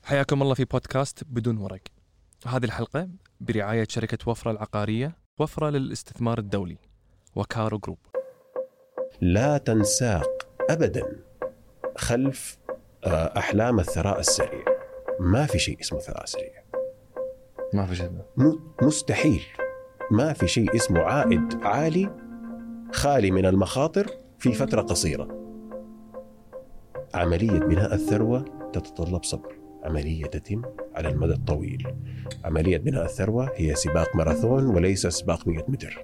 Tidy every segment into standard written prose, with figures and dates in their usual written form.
حياكم الله في بودكاست بدون ورق. هذه الحلقة برعاية شركة وفرة العقارية، وفرة للاستثمار الدولي، وكارو جروب. لا تنساق أبدا خلف أحلام الثراء السريع. ما في شيء اسمه ثراء سريع، ما في شيء مستحيل. ما في شيء اسمه عائد عالي خالي من المخاطر في فترة قصيرة. عملية بناء الثروة تتطلب صبر، عملية تتم على المدى الطويل. عملية بناء الثروة هي سباق ماراثون وليس سباق 100 متر.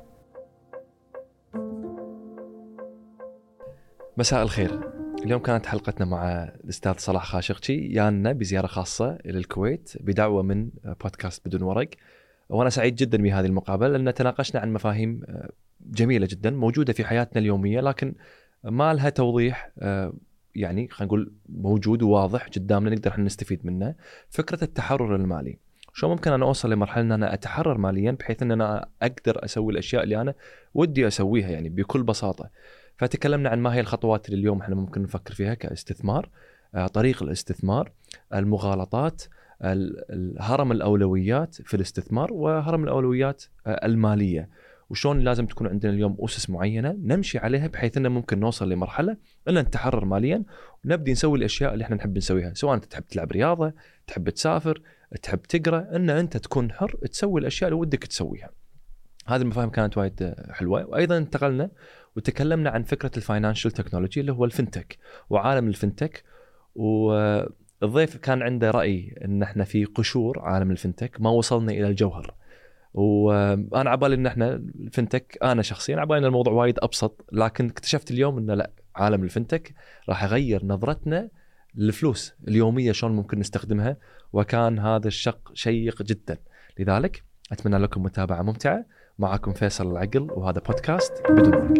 مساء الخير. اليوم كانت حلقتنا مع الأستاذ صلاح خاشقجي، يانا بزيارة خاصة إلى الكويت بدعوة من بودكاست بدون ورق، وأنا سعيد جدا بهذه المقابلة لأن تناقشنا عن مفاهيم جميلة جدا موجودة في حياتنا اليومية، لكن ما لها توضيح يعني خلينا نقول موجود وواضح قدامنا نقدر نستفيد منه. فكرة التحرر المالي، شو ممكن أنا أوصل لمرحلة أن أنا أتحرر ماليا بحيث أن أنا أقدر أسوي الأشياء اللي أنا ودي أسويها يعني بكل بساطة. فتكلمنا عن ما هي الخطوات اللي اليوم احنا ممكن نفكر فيها كاستثمار، طريق الاستثمار، المغالطات، الهرم الأولويات في الاستثمار، وهرم الأولويات المالية، وشون لازم تكون عندنا اليوم أسس معينة نمشي عليها بحيث أننا ممكن نوصل لمرحلة أن نتحرر ماليا ونبدأ نسوي الأشياء اللي احنا نحب نسويها، سواء أنت تحب تلعب رياضة، تحب تسافر، تحب تقرأ، أن أنت تكون حر تسوي الأشياء اللي ودك تسويها. هذه المفاهيم كانت وايد حلوة. وأيضا انتقلنا وتكلمنا عن فكرة الفاينانشال تكنولوجي اللي هو الفنتك وعالم الفنتك، والضيف كان عنده رأي أن احنا في قشور عالم الفنتك ما وصلنا إلى الجوهر. وأنا عبالي أن احنا الفنتك، أنا شخصيا عبالي أن الموضوع وايد أبسط، لكن اكتشفت اليوم أن لا، عالم الفنتك راح يغير نظرتنا للفلوس اليومية شلون ممكن نستخدمها، وكان هذا الشق شيق جدا. لذلك أتمنى لكم متابعة ممتعة. معكم فيصل العقل، وهذا بودكاست بدون ورق.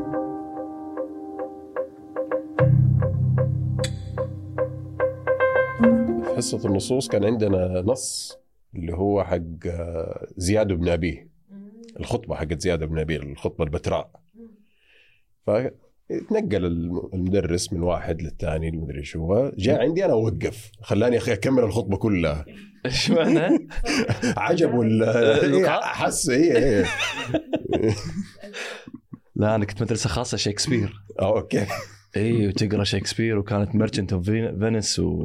في حصة النصوص كان عندنا نص اللي هو حق زياد بن أبيه، الخطبة حقت زياد بن أبيه، الخطبة البتراء. فتنقل المدرس من واحد للثاني المدري شو، جاء عندي أنا ووقف، خلاني أخي أكمل الخطبة كلها. إيش معنى؟ عجب ولا حس إيه؟ لا أنا كنت مدرسة خاصة شكسبير. أوكي. إيه، وتقرأ شكسبير، وكانت ميرشنت أوف فينيس و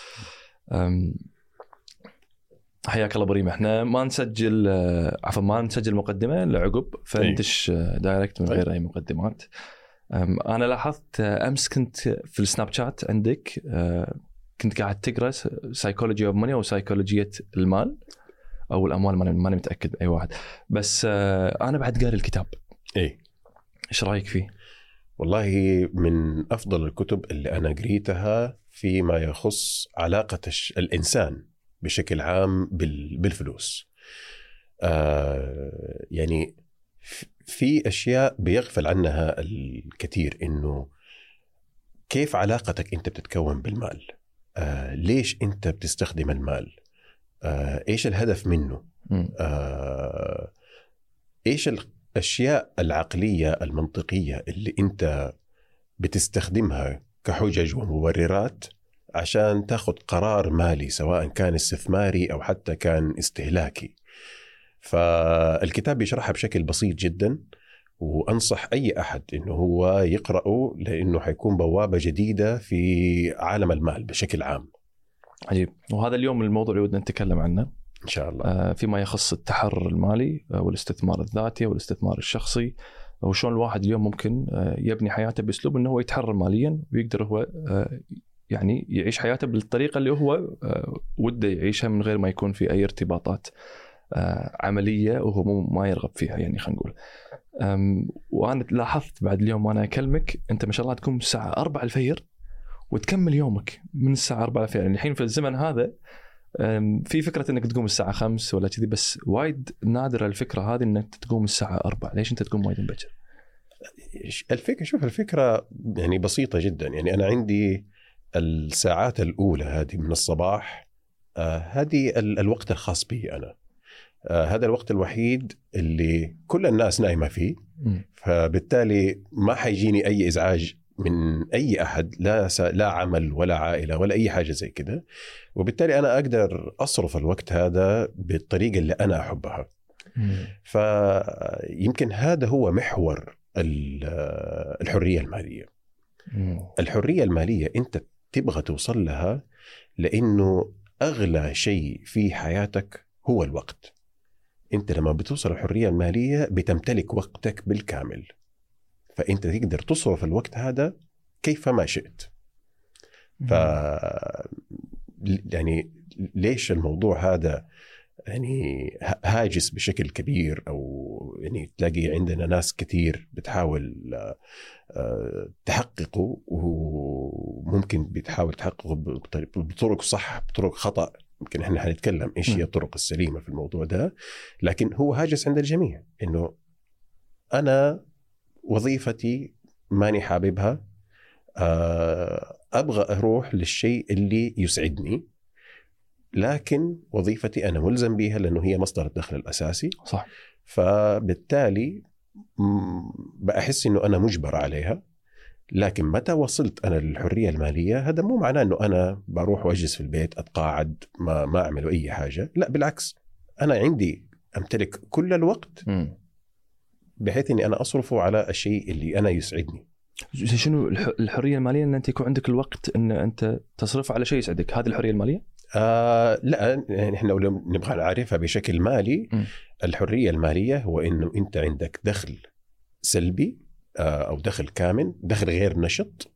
حياك الله بريم. احنا ما نسجل ما نسجل مقدمة لعقب، فندش دايركت من غير أي مقدمات. أنا لاحظت أمس كنت في السناب شات عندك، كنت قاعد تقرأ سايكولوجي أوف ماني أو سايكولوجية المال أو الأموال، ماني متأكد أي واحد، بس أنا بعد قاري الكتاب. إيه، إيش رأيك فيه؟ والله من أفضل الكتب اللي أنا قريتها فيما يخص علاقة الإنسان بشكل عام بالفلوس. يعني في أشياء بيغفل عنها الكثير، إنه كيف علاقتك أنت بتتكون بالمال، ليش أنت بتستخدم المال، إيش الهدف منه، إيش الأشياء العقلية المنطقية اللي أنت بتستخدمها كحجج ومبررات عشان تاخد قرار مالي، سواء كان استثماري أو حتى كان استهلاكي. فالكتاب بيشرحها بشكل بسيط جدا، وأنصح أي أحد إنه هو يقرأه، لأنه حيكون بوابة جديدة في عالم المال بشكل عام. عجيب. وهذا اليوم الموضوع اللي ودنا نتكلم عنه إن شاء الله، فيما يخص التحرر المالي والاستثمار الذاتي والاستثمار الشخصي، وشون الواحد اليوم ممكن يبني حياته بأسلوب إنه هو يتحرر ماليا ويقدر هو يعني يعيش حياته بالطريقة اللي هو وده يعيشها من غير ما يكون في أي ارتباطات عملية وهو ما يرغب فيها، يعني خلينا نقول. وأنا لاحظت بعد اليوم وأنا أكلمك أنت ما شاء الله تقوم الساعة 4 الفجر وتكمل يومك من الساعة 4 الفجر. يعني الحين في الزمن هذا في فكرة أنك تقوم الساعة 5 ولا كذي، بس وايد نادرة الفكرة هذه أنك تقوم الساعة 4. ليش أنت تقوم وايد مبكر؟ الفكرة يعني بسيطة جدا. يعني أنا عندي الساعات الأولى هذه من الصباح، هذه الوقت الخاص بي أنا. هذا الوقت الوحيد اللي كل الناس نايمة فيه، فبالتالي ما حيجيني أي إزعاج من أي أحد، لا عمل ولا عائلة ولا أي حاجة زي كده. وبالتالي أنا أقدر أصرف الوقت هذا بالطريقة اللي أنا أحبها. فيمكن هذا هو محور الحرية المالية. الحرية المالية أنت تبغى توصل لها لأنه أغلى شيء في حياتك هو الوقت. أنت لما بتوصل الحرية المالية بتمتلك وقتك بالكامل، فأنت تقدر تصرف الوقت هذا كيفما شئت. يعني ليش الموضوع هذا يعني هاجس بشكل كبير، أو يعني تلاقي عندنا ناس كتير بتحاول تحققه، وممكن بتحاول تحققه بطرق صح بطرق خطأ. يمكن احنا هنتكلم ايش هي الطرق السليمة في الموضوع ده، لكن هو هاجس عند الجميع انه انا وظيفتي ماني حاببها، ابغى اروح للشيء اللي يسعدني، لكن وظيفتي انا ملزم بيها لانه هي مصدر الدخل الاساسي. صح. فبالتالي بأحس انه انا مجبر عليها. لكن متى وصلت أنا للحرية المالية، هذا مو معناه أنه أنا بروح وأجلس في البيت أتقاعد ما أعمل أي حاجة. لا بالعكس، أنا عندي أمتلك كل الوقت بحيث أني أنا أصرفه على الشيء اللي أنا يسعدني. شنو الحرية المالية؟ أن أنت يكون عندك الوقت أن أنت تصرف على شيء يسعدك، هذه الحرية المالية؟ لا، يعني إحنا لو نبغى نعرفها بشكل مالي، الحرية المالية هو أنه أنت عندك دخل سلبي أو دخل كامن، دخل غير نشط،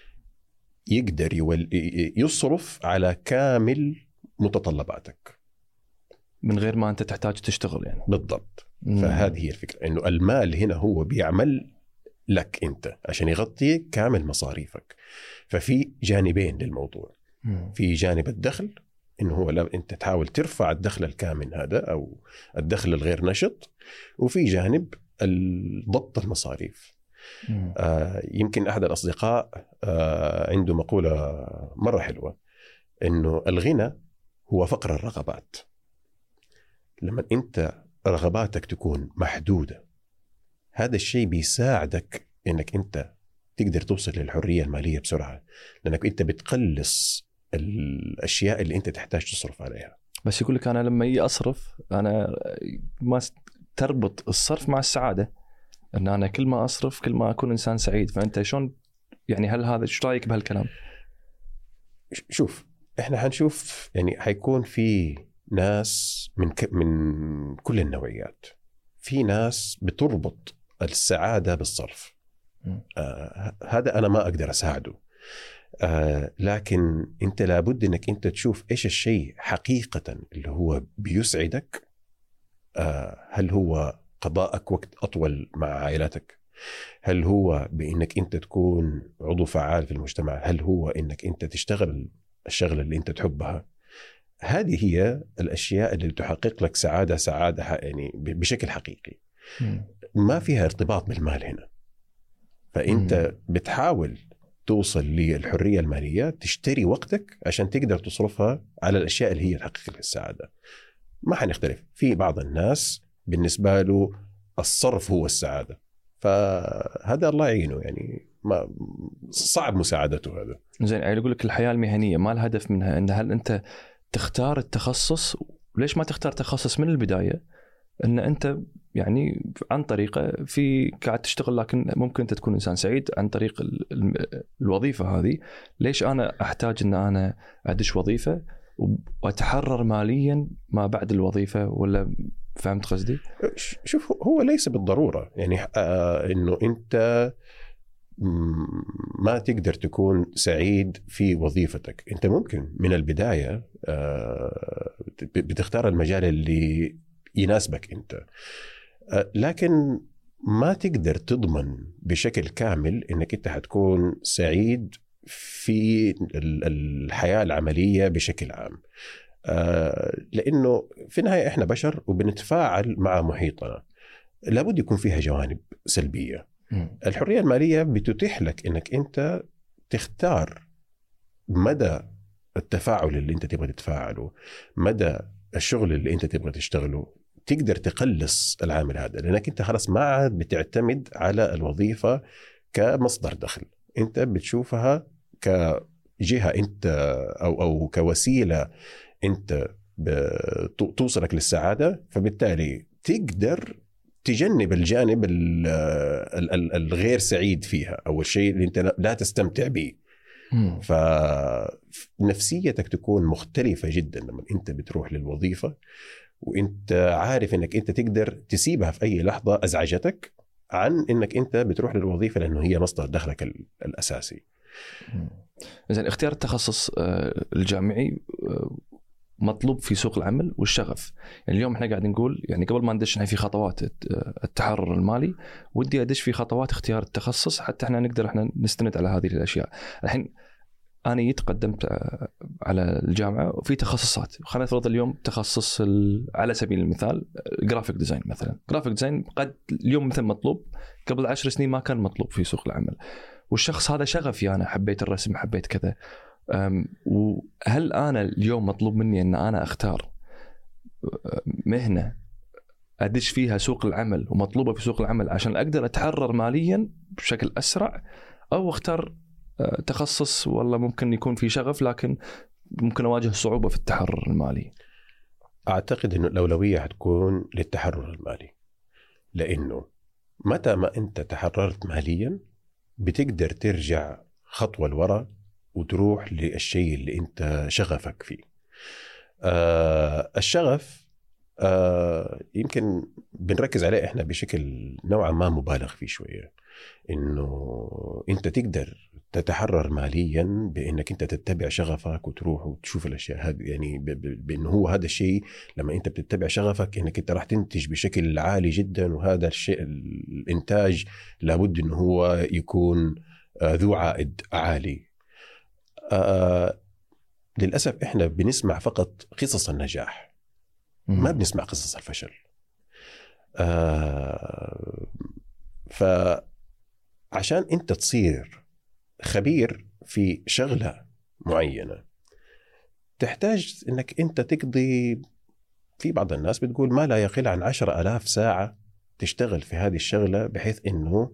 يقدر يصرف على كامل متطلباتك من غير ما أنت تحتاج تشتغل يعني. بالضبط. فهذه هي الفكرة، إنه المال هنا هو بيعمل لك أنت عشان يغطي كامل مصاريفك. ففي جانبين للموضوع. في جانب الدخل، إنه هو أنت تحاول ترفع الدخل الكامن هذا أو الدخل الغير نشط، وفي جانب ضبط المصاريف. يمكن أحد الأصدقاء عنده مقولة مرة حلوة، إنه الغنى هو فقر الرغبات. لما أنت رغباتك تكون محدودة، هذا الشيء بيساعدك إنك أنت تقدر توصل للحرية المالية بسرعة، لأنك أنت بتقلص الأشياء اللي أنت تحتاج تصرف عليها. بس يقول لك أنا لما يجي أصرف، أنا ما تربط الصرف مع السعادة، أن أنا كل ما أصرف كل ما أكون إنسان سعيد. فأنت شلون يعني، هل هذا شو رأيك بهالكلام؟ شوف، إحنا هنشوف يعني حيكون في ناس من كل النوعيات. في ناس بتربط السعادة بالصرف، هذا أنا ما أقدر أساعده. لكن أنت لابد أنك أنت تشوف إيش الشيء حقيقة اللي هو بيسعدك. هل هو قضاءك وقت أطول مع عائلتك؟ هل هو بأنك أنت تكون عضو فعال في المجتمع؟ هل هو أنك أنت تشتغل الشغلة اللي أنت تحبها؟ هذه هي الأشياء اللي تحقق لك سعادة يعني بشكل حقيقي. ما فيها ارتباط بالمال هنا. فأنت بتحاول توصل للحرية المالية، تشتري وقتك عشان تقدر تصرفها على الأشياء اللي هي تحقق لك السعادة. ما حنختلف، في بعض الناس بالنسبة له الصرف هو السعادة، فهذا الله يعينه، يعني ما صعب مساعدته هذا. زين، يعني يقول لك الحياة المهنية ما الهدف منها إن هل أنت تختار التخصص؟ ليش ما تختار تخصص من البداية أن أنت يعني عن طريقة في قاعد تشتغل، لكن ممكن أنت تكون إنسان سعيد عن طريق الوظيفة هذه؟ ليش أنا أحتاج أن أنا أدش وظيفة وأتحرر ماليا ما بعد الوظيفة؟ ولا فهمت قصدي؟ شوف، هو ليس بالضرورة يعني إنه أنت ما تقدر تكون سعيد في وظيفتك. أنت ممكن من البداية بتختار المجال اللي يناسبك أنت، لكن ما تقدر تضمن بشكل كامل أنك أنت هتكون سعيد في الحياة العملية بشكل عام. لأنه في النهاية إحنا بشر وبنتفاعل مع محيطنا، لابد يكون فيها جوانب سلبية. الحرية المالية بتتيح لك أنك أنت تختار مدى التفاعل اللي أنت تبغى تتفاعله، مدى الشغل اللي أنت تبغى تشتغله. تقدر تقلص العامل هذا، لأنك أنت خلاص ما عاد بتعتمد على الوظيفة كمصدر دخل. أنت بتشوفها كجهة أنت أو كوسيلة أنت توصلك للسعادة، فبالتالي تقدر تجنب الجانب الغير سعيد فيها أو الشيء اللي أنت لا تستمتع به. فنفسيتك تكون مختلفة جدا لما أنت بتروح للوظيفة وأنت عارف أنك أنت تقدر تسيبها في أي لحظة أزعجتك، عن أنك أنت بتروح للوظيفة لأنه هي مصدر دخلك الأساسي. إذن اختيار التخصص الجامعي مطلوب في سوق العمل والشغف. يعني اليوم احنا قاعد نقول يعني قبل ما ندش في خطوات التحرر المالي، ودي ادش في خطوات اختيار التخصص حتى احنا نقدر احنا نستند على هذه الاشياء. الحين انا تقدمت على الجامعه وفي تخصصات، خلينا نفرض اليوم تخصص على سبيل المثال جرافيك ديزاين مثلا. جرافيك ديزاين قد اليوم مثل مطلوب، قبل 10 سنين ما كان مطلوب في سوق العمل، والشخص هذا شغفي، انا حبيت الرسم، حبيت كذا. وهل أنا اليوم مطلوب مني أن أنا أختار مهنة أدش فيها سوق العمل ومطلوبة في سوق العمل عشان أقدر أتحرر ماليا بشكل أسرع، أو أختار تخصص والله ممكن يكون في شغف لكن ممكن أواجه صعوبة في التحرر المالي؟ أعتقد أنه الأولوية هتكون للتحرر المالي، لأنه متى ما أنت تحررت ماليا بتقدر ترجع خطوة لورا وتروح للشيء اللي أنت شغفك فيه. الشغف يمكن بنركز عليه إحنا بشكل نوعا ما مبالغ فيه شوية، إنه أنت تقدر تتحرر ماليا بأنك أنت تتبع شغفك وتروح وتشوف الأشياء هذه، يعني بأنه هو هذا الشيء لما أنت بتتبع شغفك إنك أنت راح تنتج بشكل عالي جدا، وهذا الشيء الإنتاج لابد إنه هو يكون ذو عائد عالي. للأسف إحنا بنسمع فقط قصص النجاح، ما بنسمع قصص الفشل. فعشان أنت تصير خبير في شغلة معينة تحتاج أنك أنت تقضي، في بعض الناس بتقول ما لا يقل عن 10,000 ساعة تشتغل في هذه الشغلة، بحيث أنه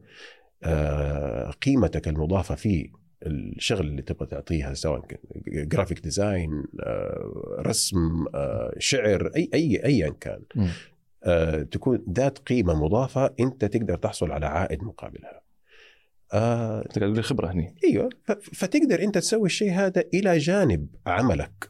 قيمتك المضافة في الشغل اللي تبغى تعطيها سواء جرافيك ديزاين، رسم، شعر، أيا كان، تكون ذات قيمة مضافة أنت تقدر تحصل على عائد مقابلها. تقدر خبرة هني. أيوة، فتقدر أنت تسوي الشيء هذا إلى جانب عملك،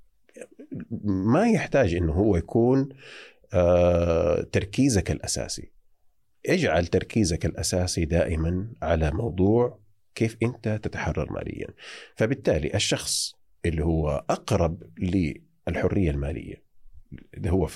ما يحتاج إنه هو يكون تركيزك الأساسي. اجعل تركيزك الأساسي دائما على موضوع كيف أنت تتحرر ماليا. فبالتالي الشخص اللي هو أقرب للحرية المالية اللي هو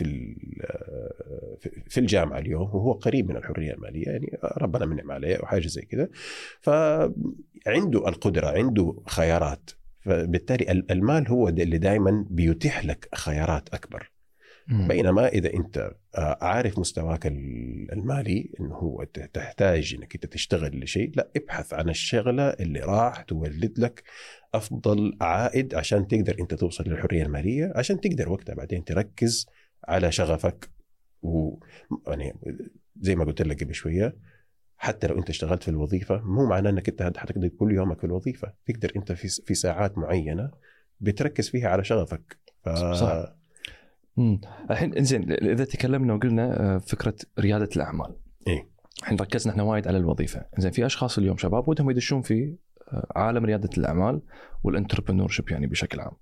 في الجامعة اليوم، وهو قريب من الحرية المالية، يعني ربنا منعم عليه أو حاجة زي كده، فعنده القدرة، عنده خيارات، فبالتالي المال هو اللي دائما بيتيح لك خيارات أكبر. بينما إذا أنت عارف مستواك المالي إنه هو تحتاج إنك أنت تشتغل لشيء، لا، ابحث عن الشغلة اللي راح تولد لك أفضل عائد عشان تقدر أنت توصل للحرية المالية، عشان تقدر وقتها بعدين تركز على شغفك. يعني زي ما قلت لك قبل شوية، حتى لو أنت اشتغلت في الوظيفة مو معناه أنك أنت حتقضي كل يومك في الوظيفة، تقدر أنت في ساعات معينة بتركز فيها على شغفك. صح. الحين إنزين، إذا تكلمنا وقلنا فكرة ريادة الأعمال، الحين ركزنا إحنا وايد على الوظيفة. إنزين، في أشخاص اليوم شباب ودهم يدشون في عالم ريادة الأعمال والانتربرنورشيب يعني بشكل عام،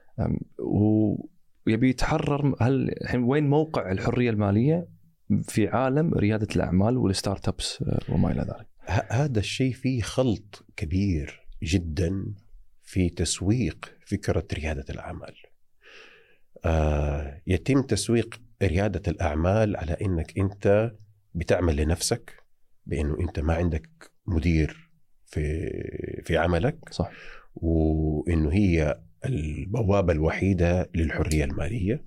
ويبي يتحرر. هل الحين وين موقع الحرية المالية في عالم ريادة الأعمال والستارت أبس وما إلى ذلك؟ هذا الشيء فيه خلط كبير جدا في تسويق فكرة ريادة الأعمال. يتم تسويق ريادة الأعمال على إنك أنت بتعمل لنفسك، بأنه أنت ما عندك مدير في عملك، صح، وإنه هي البوابة الوحيدة للحرية المالية.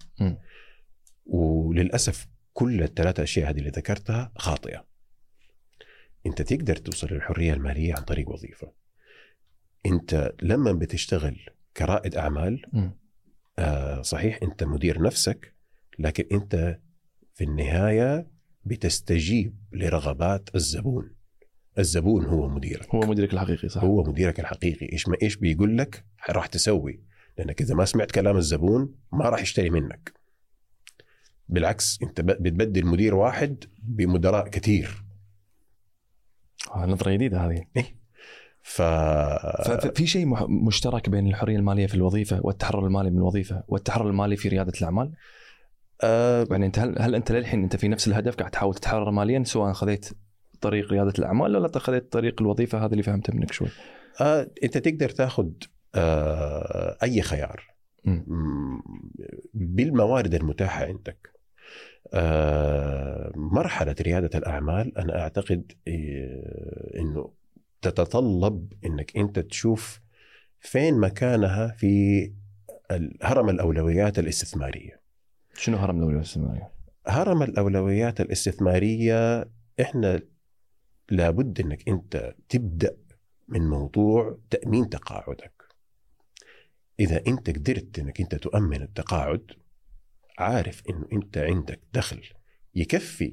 وللأسف كل الثلاثة أشياء هذه اللي ذكرتها خاطئة. أنت تقدر توصل للحرية المالية عن طريق وظيفة. أنت لما بتشتغل كرائد أعمال، صحيح أنت مدير نفسك، لكن أنت في النهاية بتستجيب لرغبات الزبون. الزبون هو مديرك، هو مديرك الحقيقي. صح، هو مديرك الحقيقي. إيش بيقول لك راح تسوي، لأنك إذا ما سمعت كلام الزبون ما راح يشتري منك. بالعكس أنت بتبدل مدير واحد بمدراء كتير. نظرة جديدة هذه. ففي شيء مشترك بين الحرية المالية في الوظيفة والتحرر المالي من الوظيفة والتحرر المالي في ريادة الأعمال؟ يعني أنت هل أنت للحين أنت في نفس الهدف قاعد تحاول تتحرر ماليا، سواء خذيت طريق ريادة الأعمال ولا خذيت طريق الوظيفة؟ هذا اللي فهمته منك شوي. أنت تقدر تأخذ أي خيار بالموارد المتاحة عندك. مرحلة ريادة الأعمال أنا أعتقد أنه تتطلب أنك أنت تشوف فين مكانها في هرم الأولويات الاستثمارية. شنو هرم الأولويات الاستثمارية؟ هرم الأولويات الاستثمارية إحنا لابد أنك أنت تبدأ من موضوع تأمين تقاعدك. إذا أنت قدرت أنك أنت تؤمن التقاعد، عارف أنه أنت عندك دخل يكفي،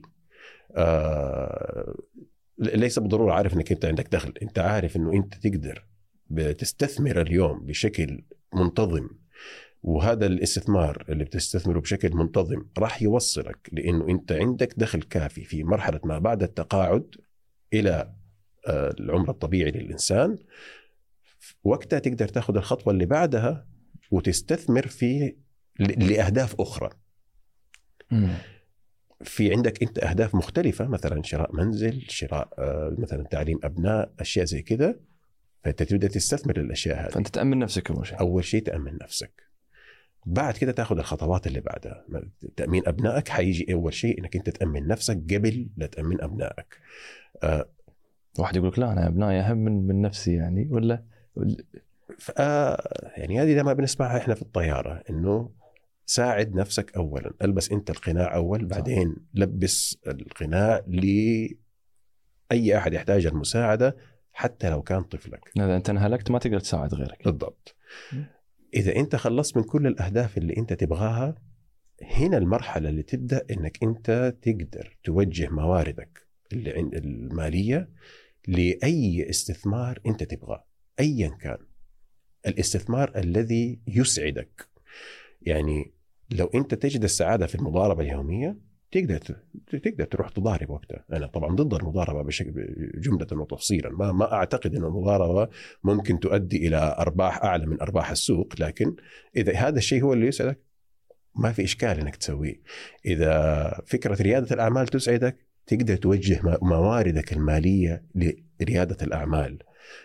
ليس بالضرورة عارف أنك أنت عندك دخل، أنت عارف أنه أنت تقدر بتستثمر اليوم بشكل منتظم، وهذا الاستثمار اللي بتستثمره بشكل منتظم راح يوصلك لأنه أنت عندك دخل كافي في مرحلة ما بعد التقاعد إلى العمر الطبيعي للإنسان. وقتها تقدر تأخذ الخطوة اللي بعدها وتستثمر في لأهداف أخرى. في عندك أنت أهداف مختلفة، مثلا شراء منزل، شراء مثلا تعليم أبناء، أشياء زي كده، فأنت تبدأ تستثمر للأشياء هذه. فأنت تأمن نفسك أول شيء تأمن نفسك، بعد كده تأخذ الخطوات اللي بعدها. تأمين أبنائك حيجي أول شيء إنك أنت تأمن نفسك قبل لا تأمن أبنائك. واحد يقولك لا أنا أبنائي أهم من نفسي يعني، ولا يعني هذه ما بنسمعها إحنا في الطيارة، إنه ساعد نفسك أولا، ألبس أنت القناع أول، بعدين لبس القناع لأي أحد يحتاج المساعدة حتى لو كان طفلك. إذا أنت انهلكت ما تقدر تساعد غيرك. بالضبط. إذا أنت خلصت من كل الأهداف اللي أنت تبغاها، هنا المرحلة اللي تبدأ إنك أنت تقدر توجه مواردك اللي عند المالية لأي استثمار أنت تبغاه، أيا كان الاستثمار الذي يسعدك. يعني لو أنت تجد السعادة في المضاربة اليومية، تقدر تروح تضارب وقتها. أنا طبعا ضد المضاربة بشكل جملة وتفصيلا، ما أعتقد أن المضاربة ممكن تؤدي إلى أرباح أعلى من أرباح السوق، لكن إذا هذا الشيء هو اللي يسعدك ما في إشكال أنك تسويه. إذا فكرة ريادة الأعمال تسعدك، تقدر توجه مواردك المالية لريادة الأعمال.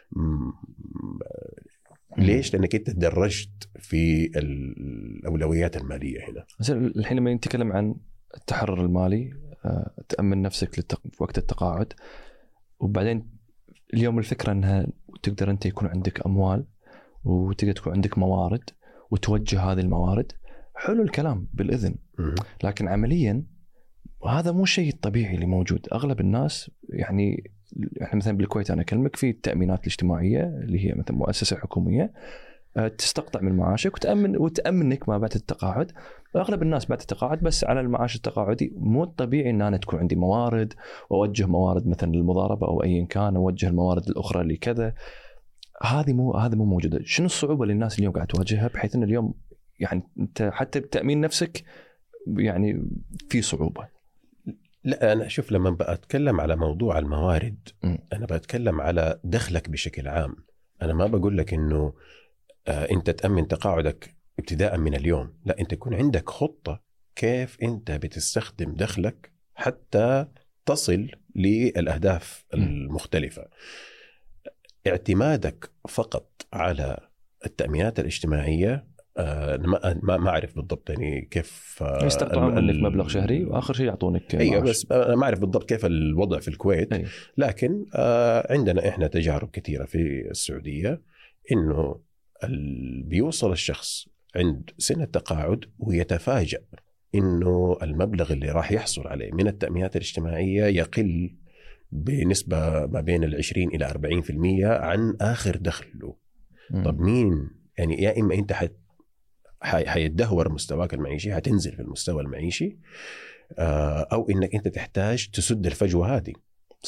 ليش؟ لأنك أنت تدرجت في الأولويات المالية هنا. الحين لما نتكلم عن التحرر المالي، تأمن نفسك في وقت التقاعد، وبعدين اليوم الفكرة أنها تقدر أنت يكون عندك أموال وتقدر تكون عندك موارد وتوجه هذه الموارد. حلو الكلام بالإذن، لكن عمليا هذا مو شيء طبيعي اللي موجود. أغلب الناس يعني احنا مثلا بالكويت أنا أكلمك في التأمينات الاجتماعية اللي هي مثلا مؤسسة حكومية تستقطع من معاشك وتأمنك ما بعد التقاعد. أغلب الناس بعد التقاعد بس على المعاش التقاعدي. مو طبيعي أن أنا تكون عندي موارد وأوجه موارد مثلا للمضاربة أو أيا كان، أوجه الموارد الأخرى لكذا. هذه مو موجودة. شنو الصعوبة اللي الناس اليوم قاعد تواجهها بحيث أن اليوم يعني أنت حتى بتأمين نفسك يعني في صعوبة؟ لا، أنا أشوف لما بأتكلم على موضوع الموارد أنا بأتكلم على دخلك بشكل عام. أنا ما بقول لك إنه أنت تأمن تقاعدك ابتداء من اليوم، لا، أنت يكون عندك خطة كيف أنت بتستخدم دخلك حتى تصل للأهداف المختلفة. اعتمادك فقط على التأمينات الاجتماعية ما أعرف بالضبط يعني كيف يستقطعون منك مبلغ شهري وآخر شيء يعطونك أيوة، بس أنا ما أعرف بالضبط كيف الوضع في الكويت. أيوة. لكن عندنا إحنا تجارب كثيرة في السعودية إنه بيوصل الشخص عند سن التقاعد ويتفاجأ إنه المبلغ اللي راح يحصل عليه من التأمينات الاجتماعية يقل بنسبة ما بين 20 إلى 40% عن آخر دخله. طب مين يعني؟ يا إما أنت حيتدهور مستواك المعيشي، هتنزل في المستوى المعيشي، أو إنك أنت تحتاج تسد الفجوة هذه. صح.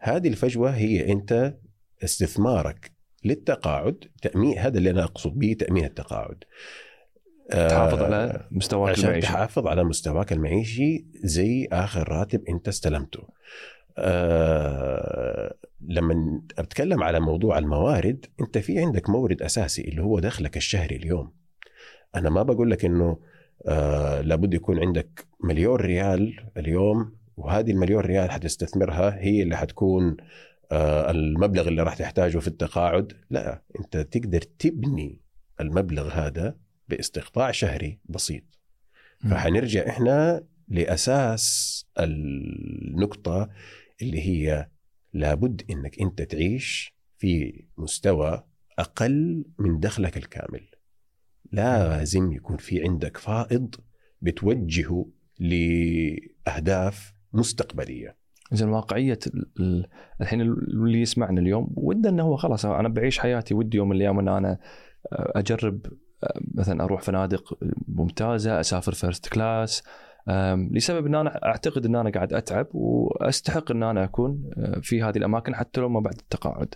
هذه الفجوة هي أنت استثمارك للتقاعد، تأمين، هذا اللي أنا أقصد به تأمين التقاعد. تحافظ على مستواك عشان المعيشي. تحافظ على مستواك المعيشي زي آخر راتب أنت استلمته. لما أتكلم على موضوع الموارد، أنت في عندك مورد أساسي اللي هو دخلك الشهري اليوم. أنا ما بقول لك إنه لابد يكون عندك مليون ريال اليوم وهذه المليون ريال حتستثمرها هي اللي حتكون المبلغ اللي راح تحتاجه في التقاعد. لا، أنت تقدر تبني المبلغ هذا باستقطاع شهري بسيط. فحنرجع إحنا لأساس النقطة اللي هي لابد إنك أنت تعيش في مستوى أقل من دخلك الكامل. لازم يكون في عندك فائض بتوجهه لأهداف مستقبلية. إذن واقعية الحين اللي يسمعنا اليوم وده أنه هو خلاص أنا بعيش حياتي، ودي يوم من الأيام أن أنا أجرب مثلا أروح فنادق ممتازة، أسافر فيرست كلاس، لسبب أن أنا أعتقد أن أنا قاعد أتعب وأستحق أن أنا أكون في هذه الأماكن حتى لو ما بعد التقاعد.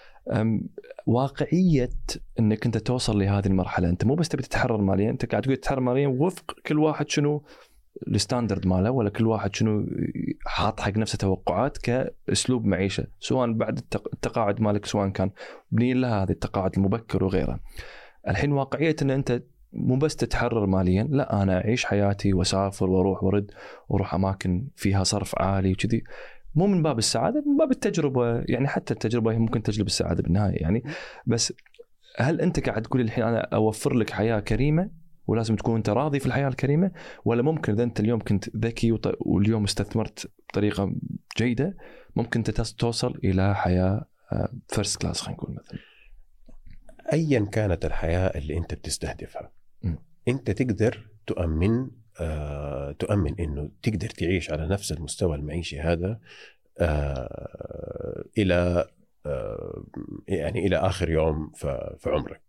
واقعية أنك أنت توصل لهذه المرحلة، أنت مو بس تبي تتحرر ماليا، أنت قاعد تقول تتحرر ماليا وفق كل واحد شنو الستاندرد ماله، ولا كل واحد شنو حاط حق نفسه توقعات كأسلوب معيشة، سواء بعد التقاعد مالك سواء كان بني لها هذا التقاعد المبكر وغيره. الحين واقعية أن أنت مو بس تتحرر ماليا، لا أنا أعيش حياتي وأسافر وأروح ورد وأروح أماكن فيها صرف عالي وكذي، مو من باب السعادة، من باب التجربة. يعني حتى التجربة هي ممكن تجلب السعادة بالنهاية يعني. بس هل أنت قاعد تقول الحين أنا أوفر لك حياة كريمة ولازم تكون أنت راضي في الحياة الكريمة، ولا ممكن إذا أنت اليوم كنت ذكي واليوم استثمرت بطريقة جيدة ممكن أنت توصل إلى حياة فيرست كلاس خلينا نقول مثلا؟ أيا كانت الحياة اللي أنت بتستهدفها، أنت تقدر تؤمن إنه تقدر تعيش على نفس المستوى المعيشي هذا إلى يعني إلى آخر يوم في عمرك.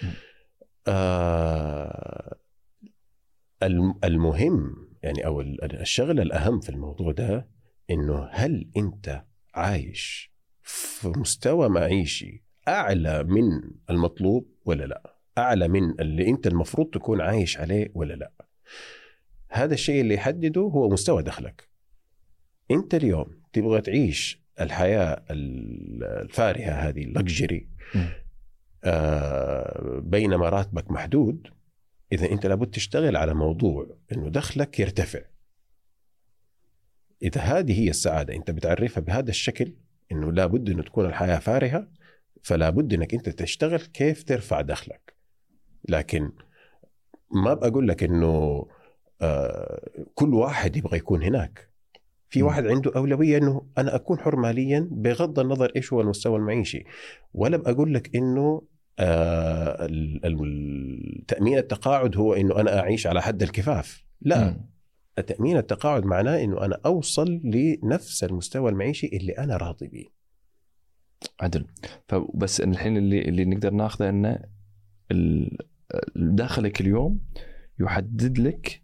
المهم يعني أو الشغلة الأهم في الموضوع ده إنه هل أنت عايش في مستوى معيشي أعلى من المطلوب ولا لا، أعلى من اللي أنت المفروض تكون عايش عليه ولا لا. هذا الشيء اللي يحدده هو مستوى دخلك. أنت اليوم تبغى تعيش الحياة الفارهة هذه اللكجري بينما راتبك محدود، إذا أنت لابد تشتغل على موضوع إنه دخلك يرتفع. إذا هذه هي السعادة أنت بتعرفها بهذا الشكل، إنه لابد إنه تكون الحياة فارهة، فلا بد إنك أنت تشتغل كيف ترفع دخلك. لكن ما بقول لك إنه كل واحد يبغى يكون هناك. في واحد عنده أولوية إنه أنا أكون حر ماليا بغض النظر إيش هو المستوى المعيشي، ولا بقول لك إنه تأمين التقاعد هو إنه أنا أعيش على حد الكفاف. لا، تأمين التقاعد معناه إنه أنا أوصل لنفس المستوى المعيشي اللي أنا راضي به. عدل. فبس الحين اللي نقدر ناخذه إنه دخلك اليوم يحدد لك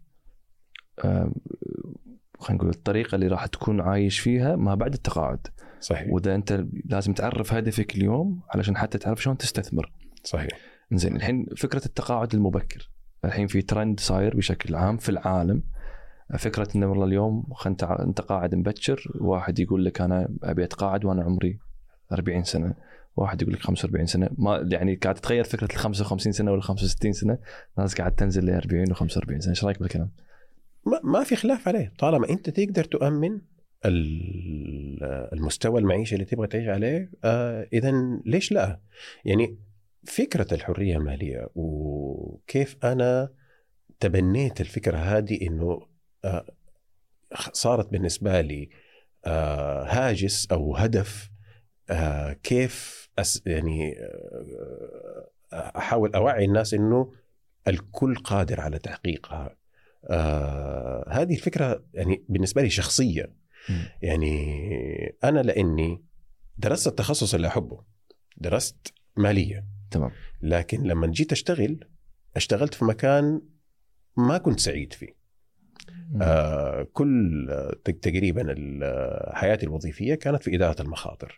خلينا نقول الطريقة اللي راح تكون عايش فيها ما بعد التقاعد. صحيح. وده أنت لازم تعرف هدفك اليوم علشان حتى تعرف شلون تستثمر. صحيح. إنزين الحين فكرة التقاعد المبكر الحين في ترند صاير بشكل عام في العالم، فكرة إنه والله اليوم أنت قاعد مبكر، واحد يقول لك أنا أبي أتقاعد وأنا عمري 40 سنة، واحد يقول لك 45 سنة. ما يعني قاعد تتغير فكرة ال 55 سنة ولا 65 سنة، ناس قاعد تنزل ل 40 و 45 سنة. إيش رأيك بالكلام؟ ما في خلاف عليه، طالما أنت تقدر تؤمن المستوى المعيشي اللي تبغى تعيش عليه، إذن ليش لا؟ يعني فكرة الحرية المالية وكيف أنا تبنيت الفكرة هذه، إنه صارت بالنسبة لي هاجس أو هدف، كيف يعني أحاول أوعي الناس إنه الكل قادر على تحقيقها. هذه الفكرة يعني بالنسبة لي شخصية. يعني أنا لأني درست التخصص اللي أحبه، درست مالية، تمام، لكن لما جيت اشتغلت في مكان ما كنت سعيد فيه. كل تقريبا حياتي الوظيفية كانت في إدارة المخاطر.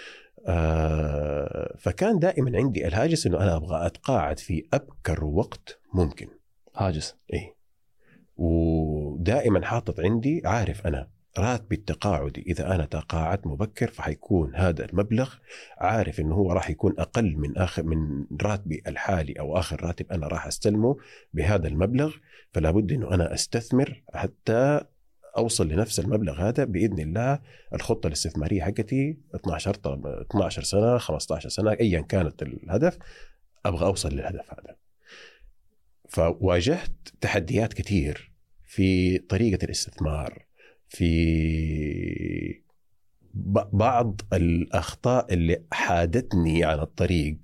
فكان دائما عندي الهاجس إنه أنا أبغى أتقاعد في أبكر وقت ممكن. هاجس. إيه. ودائما حاطط عندي، عارف أنا راتبي التقاعدي إذا أنا تقاعدت مبكر فحيكون هذا المبلغ، عارف إنه هو راح يكون أقل من راتبي الحالي أو آخر راتب أنا راح أستلمه بهذا المبلغ، فلا بد إنه أنا أستثمر حتى أوصل لنفس المبلغ هذا بإذن الله. الخطة الاستثمارية حقتي 12 سنة 15 سنة أيا كانت الهدف، أبغى أوصل للهدف هذا. فواجهت تحديات كتير في طريقة الاستثمار، في بعض الأخطاء اللي حادتني عن الطريق،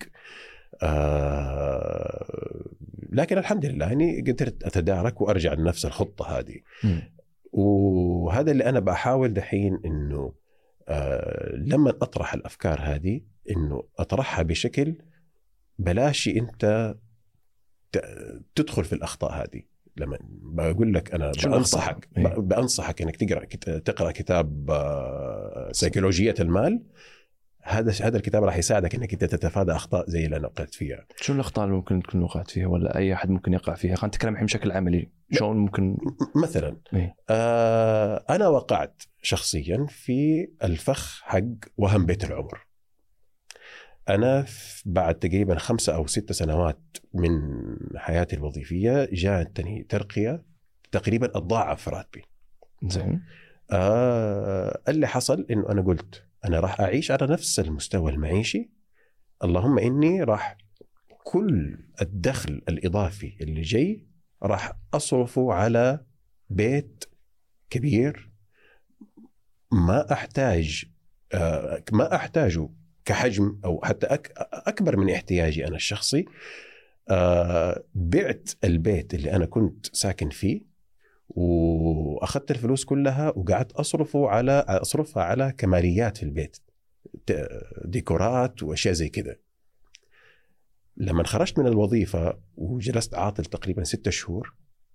لكن الحمد لله يعني قدرت أتدارك وأرجع لنفس الخطة هذه. وهذا اللي أنا بحاول دحين إنه لما أطرح الأفكار هذه إنه أطرحها بشكل بلاش أنت تدخل في الأخطاء هذه. لما بقول لك أنا بأنصحك إنك تقرأ كتاب سيكولوجية المال، هذا الكتاب راح يساعدك إنك أنت تتفادى أخطاء زي اللي أنا وقعت فيها. شو الأخطاء اللي ممكن تكون وقعت فيها ولا أي أحد ممكن يقع فيها؟ خلينا نتكلم الحين بشكل عملي. شلون ممكن مثلا أنا وقعت شخصيا في الفخ حق وهم بيت العمر. أنا بعد تقريبا 5 أو 6 سنوات من حياتي الوظيفية جاءتني ترقية تقريبا أضاعف راتبي. زين. اللي حصل إنه أنا قلت أنا راح أعيش على نفس المستوى المعيشي، اللهم إني راح كل الدخل الإضافي اللي جاي راح أصرفه على بيت كبير ما أحتاجه كحجم أو حتى أكبر من احتياجي أنا الشخصي. بعت البيت اللي أنا كنت ساكن فيه وأخذت الفلوس كلها وقعدت أصرفها على كماليات في البيت، ديكورات وأشياء زي كذا. لما خرجت من الوظيفة وجلست عاطل تقريبا 6 شهور،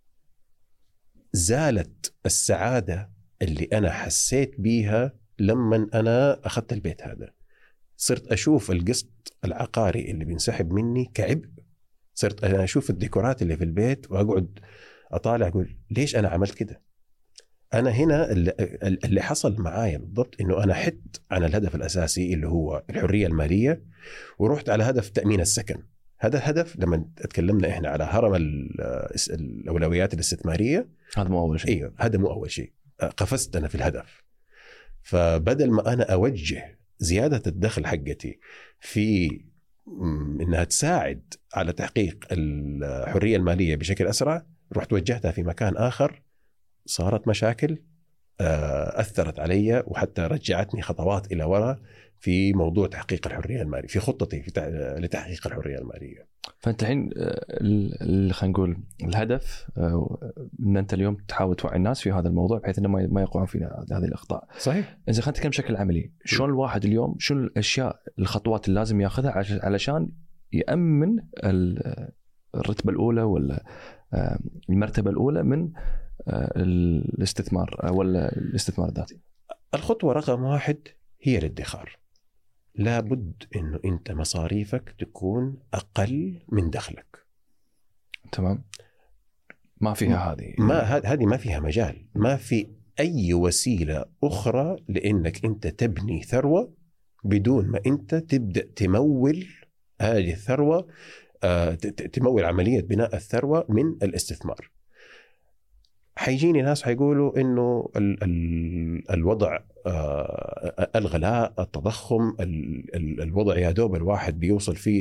زالت السعادة اللي أنا حسيت بيها لما أنا أخذت البيت هذا. صرت أشوف القسط العقاري اللي بينسحب مني كعبء. صرت أنا أشوف الديكورات اللي في البيت وأقعد أطالع أقول ليش أنا عملت كده. أنا هنا اللي حصل معايا بالضبط إنه أنا حدت عن الهدف الأساسي اللي هو الحرية المالية ورحت على هدف تأمين السكن. هذا الهدف لما تكلمنا إحنا على هرم الأولويات الاستثمارية، هذا مو أول شيء. أيوه هذا مو أول شيء. قفزت أنا في الهدف. فبدل ما أنا أوجه زيادة الدخل حقتي في إنها تساعد على تحقيق الحرية المالية بشكل أسرع، رحت وجهتها في مكان آخر. صارت مشاكل أثرت علي وحتى رجعتني خطوات إلى وراء في موضوع تحقيق الحرية المالية، في خطتي لتحقيق الحرية المالية. فأنت الحين خلينا نقول الهدف أن أنت اليوم تحاول توعي الناس في هذا الموضوع بحيث أنه ما يقعون في هذه الأخطاء. صحيح. إذا خلينا نتكلم بشكل عملي، شلون الواحد اليوم شو الأشياء الخطوات اللي لازم يأخذها علشان يأمن الرتبة الأولى ولا المرتبة الأولى من الاستثمار ولا الاستثمار الذاتي؟ الخطوة رقم 1 هي الادخار. لابد إنه أنت مصاريفك تكون أقل من دخلك. تمام. ما فيها هذه ما فيها مجال. ما في أي وسيلة أخرى لأنك أنت تبني ثروة بدون ما أنت تبدأ تمول هذه الثروة، تمول عملية بناء الثروة من الاستثمار. حيجيني ناس حيقولوا إنه الوضع الغلاء، التضخم، الوضع يا دوب الواحد بيوصل فيه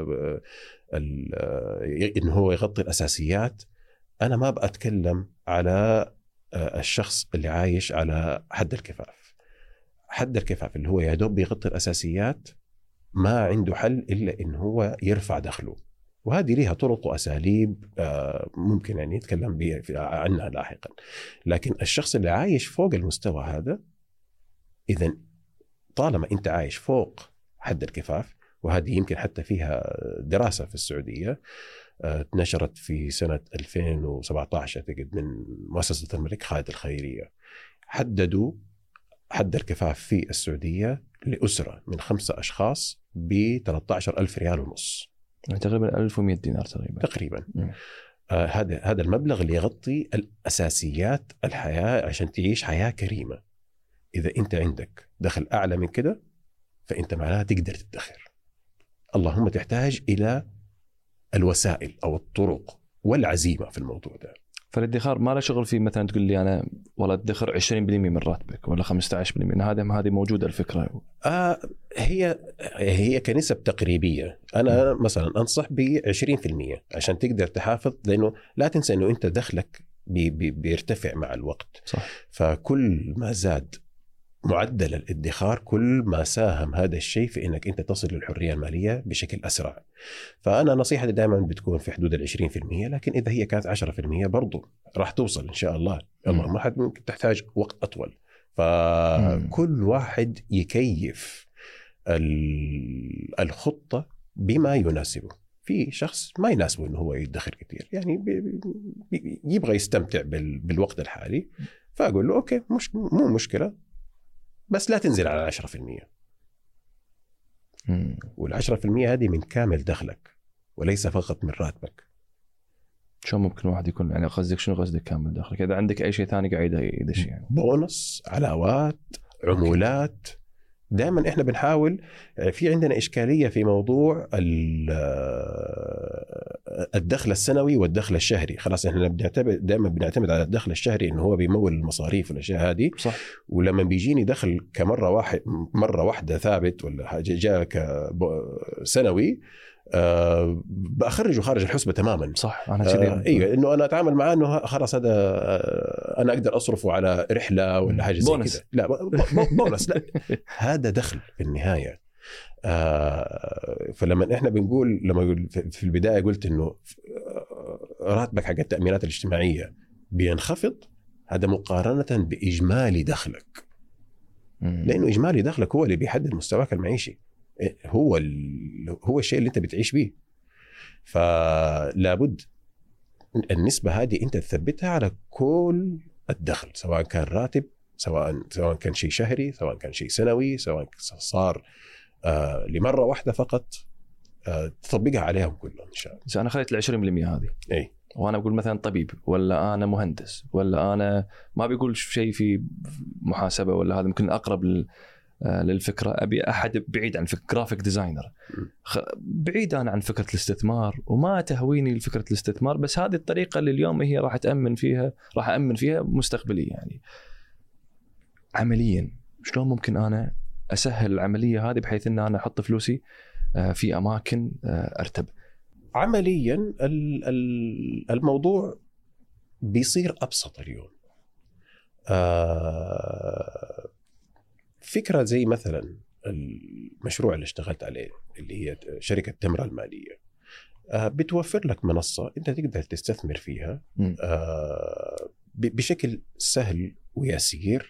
إنه هو يغطي الأساسيات. أنا ما بأتكلم على الشخص اللي عايش على حد الكفاف. حد الكفاف اللي هو يا دوب بيغطي الأساسيات، ما عنده حل إلا إنه هو يرفع دخله. وهذه لها طرق وأساليب ممكن يعني نتكلم عنها لاحقا. لكن الشخص اللي عايش فوق المستوى هذا، إذن طالما أنت عايش فوق حد الكفاف، وهذه يمكن حتى فيها دراسة في السعودية، نشرت في سنة 2017 أعتقد من مؤسسة الملك خالد الخيرية. حددوا حد الكفاف في السعودية لأسرة من 5 أشخاص ب13,000 ريال ونص، يعني تقريبا 1100 دينار تقريبا. هذا المبلغ اللي يغطي الأساسيات الحياة عشان تعيش حياة كريمة. إذا أنت عندك دخل أعلى من كده فأنت معناها تقدر تدخر، اللهم تحتاج إلى الوسائل أو الطرق والعزيمة في الموضوع ده. فالادخار ما له شغل فيه مثلا تقول لي أنا والله ادخر 20% من راتبك ولا 15%، هذه موجودة الفكرة. هي كنسب تقريبية. أنا مثلا أنصح ب20% عشان تقدر تحافظ، لأنه لا تنسى أنه أنت دخلك بيرتفع مع الوقت. صح. فكل ما زاد معدل الادخار كل ما ساهم هذا الشيء في انك انت تصل للحريه الماليه بشكل اسرع. فانا نصيحتي دائما بتكون في حدود 20%، لكن اذا هي كانت 10% برضو راح توصل ان شاء الله. اللهم حد ممكن تحتاج وقت اطول. فكل واحد يكيف الخطه بما يناسبه. في شخص ما يناسبه انه هو يدخر كثير، يعني يبغى يستمتع بالوقت الحالي، فاقول له اوكي مو مشكله، بس لا تنزل على 10%. وال10% هذه من كامل دخلك وليس فقط من راتبك. شو ممكن واحد يكون يعني قصدك شنو قصدك كامل دخلك؟ إذا عندك أي شيء ثاني قاعد يدش يعني بونص، علاوات، عمولات. دائما احنا بنحاول. في عندنا إشكالية في موضوع الدخل السنوي والدخل الشهري. خلاص احنا دائما بنعتمد على الدخل الشهري انه هو بيمول المصاريف والاشياء هذه. صح. ولما بيجيني دخل مرة واحدة ثابت ولا جاء سنوي بأخرجه خارج الحسبة تماما. صح. أنا ايوه انه انا اتعامل معاه انه خلاص هذا انا اقدر اصرفه على رحلة ولا حاجة زي كذا. لا بونس لا هذا دخل في النهاية. فلما احنا بنقول، لما في البداية قلت انه راتبك حق التأمينات الاجتماعية بينخفض، هذا مقارنة بإجمالي دخلك. لأنه إجمالي دخلك هو اللي بيحدد مستواك المعيشي، هو الشيء اللي انت بتعيش به. فلا بد النسبة هذه انت تثبتها على كل الدخل، سواء كان راتب، سواء كان شيء شهري، سواء كان شيء سنوي، سواء صار لمرة واحدة فقط، تطبقها عليهم كلهم إن شاء الله. أنا خليت 20% هذه. أي. وأنا بقول مثلا طبيب ولا أنا مهندس ولا أنا ما بيقول شيء في محاسبة ولا هذا، ممكن أقرب للفكرة. أبي أحد بعيد عن فكرة جرافيك ديزاينر، بعيد أنا عن فكرة الاستثمار وما تهويني لفكرة الاستثمار، بس هذه الطريقة اللي اليوم هي راح أأمن فيها مستقبلي. يعني عمليا شلون ممكن أنا أسهل العملية هذه بحيث أن أنا أحط فلوسي في أماكن أرتب؟ عمليا الموضوع بيصير أبسط اليوم. فكرة زي مثلا المشروع اللي اشتغلت عليه اللي هي شركة تمرة المالية، بتوفر لك منصة أنت تقدر تستثمر فيها بشكل سهل ويسير،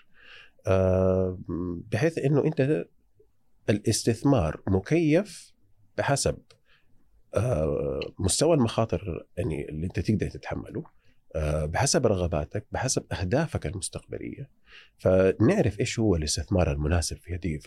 بحيث أنه أنت الاستثمار مكيف بحسب مستوى المخاطر يعني اللي أنت تقدر تتحمله، بحسب رغباتك، بحسب أهدافك المستقبلية. فنعرف إيش هو الاستثمار المناسب في هذه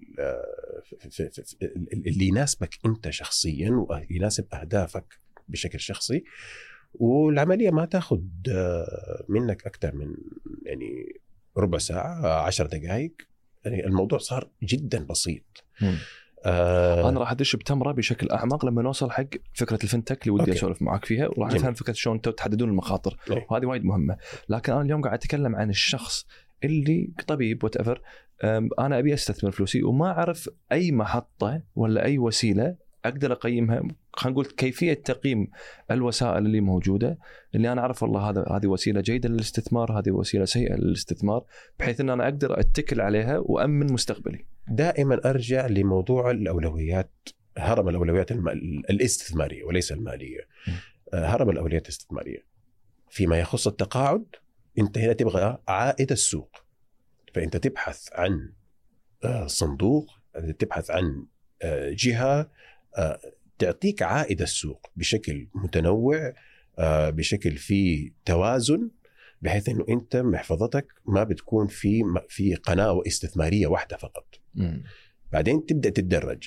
في اللي يناسبك أنت شخصيا ويناسب أهدافك بشكل شخصي. والعملية ما تأخذ منك أكثر من يعني ربع ساعة 10 دقائق. يعني الموضوع صار جدا بسيط. أنا راح أدش بتمرة بشكل أعمق لما نوصل حق فكرة الفنتك اللي ودي أسولف معك فيها، وراح نفهم فكرة شلون أنتم تحددون المخاطر، وهذه وايد مهمة. لكن أنا اليوم قاعد أتكلم عن الشخص اللي طبيب وتأفر، أنا أبي أستثمر فلوسي وما أعرف أي محطة ولا أي وسيلة أقدر أقيمها. خلينا نقول كيفية تقييم الوسائل اللي موجودة، اللي أنا أعرف والله هذه وسيلة جيدة للاستثمار، هذه وسيلة سيئة للاستثمار، بحيث أن أنا أقدر أتكل عليها وأمن مستقبلي. دائما أرجع لموضوع الأولويات، هرم الأولويات الاستثمارية وليس المالية. هرم الأولويات الاستثمارية فيما يخص التقاعد، أنت هنا تبغى عائد السوق، فأنت تبحث عن صندوق، تبحث عن جهة تعطيك عائد السوق بشكل متنوع، بشكل فيه توازن، بحيث انه انت محفظتك ما بتكون في قناه استثماريه واحده فقط. بعدين تبدا تتدرج،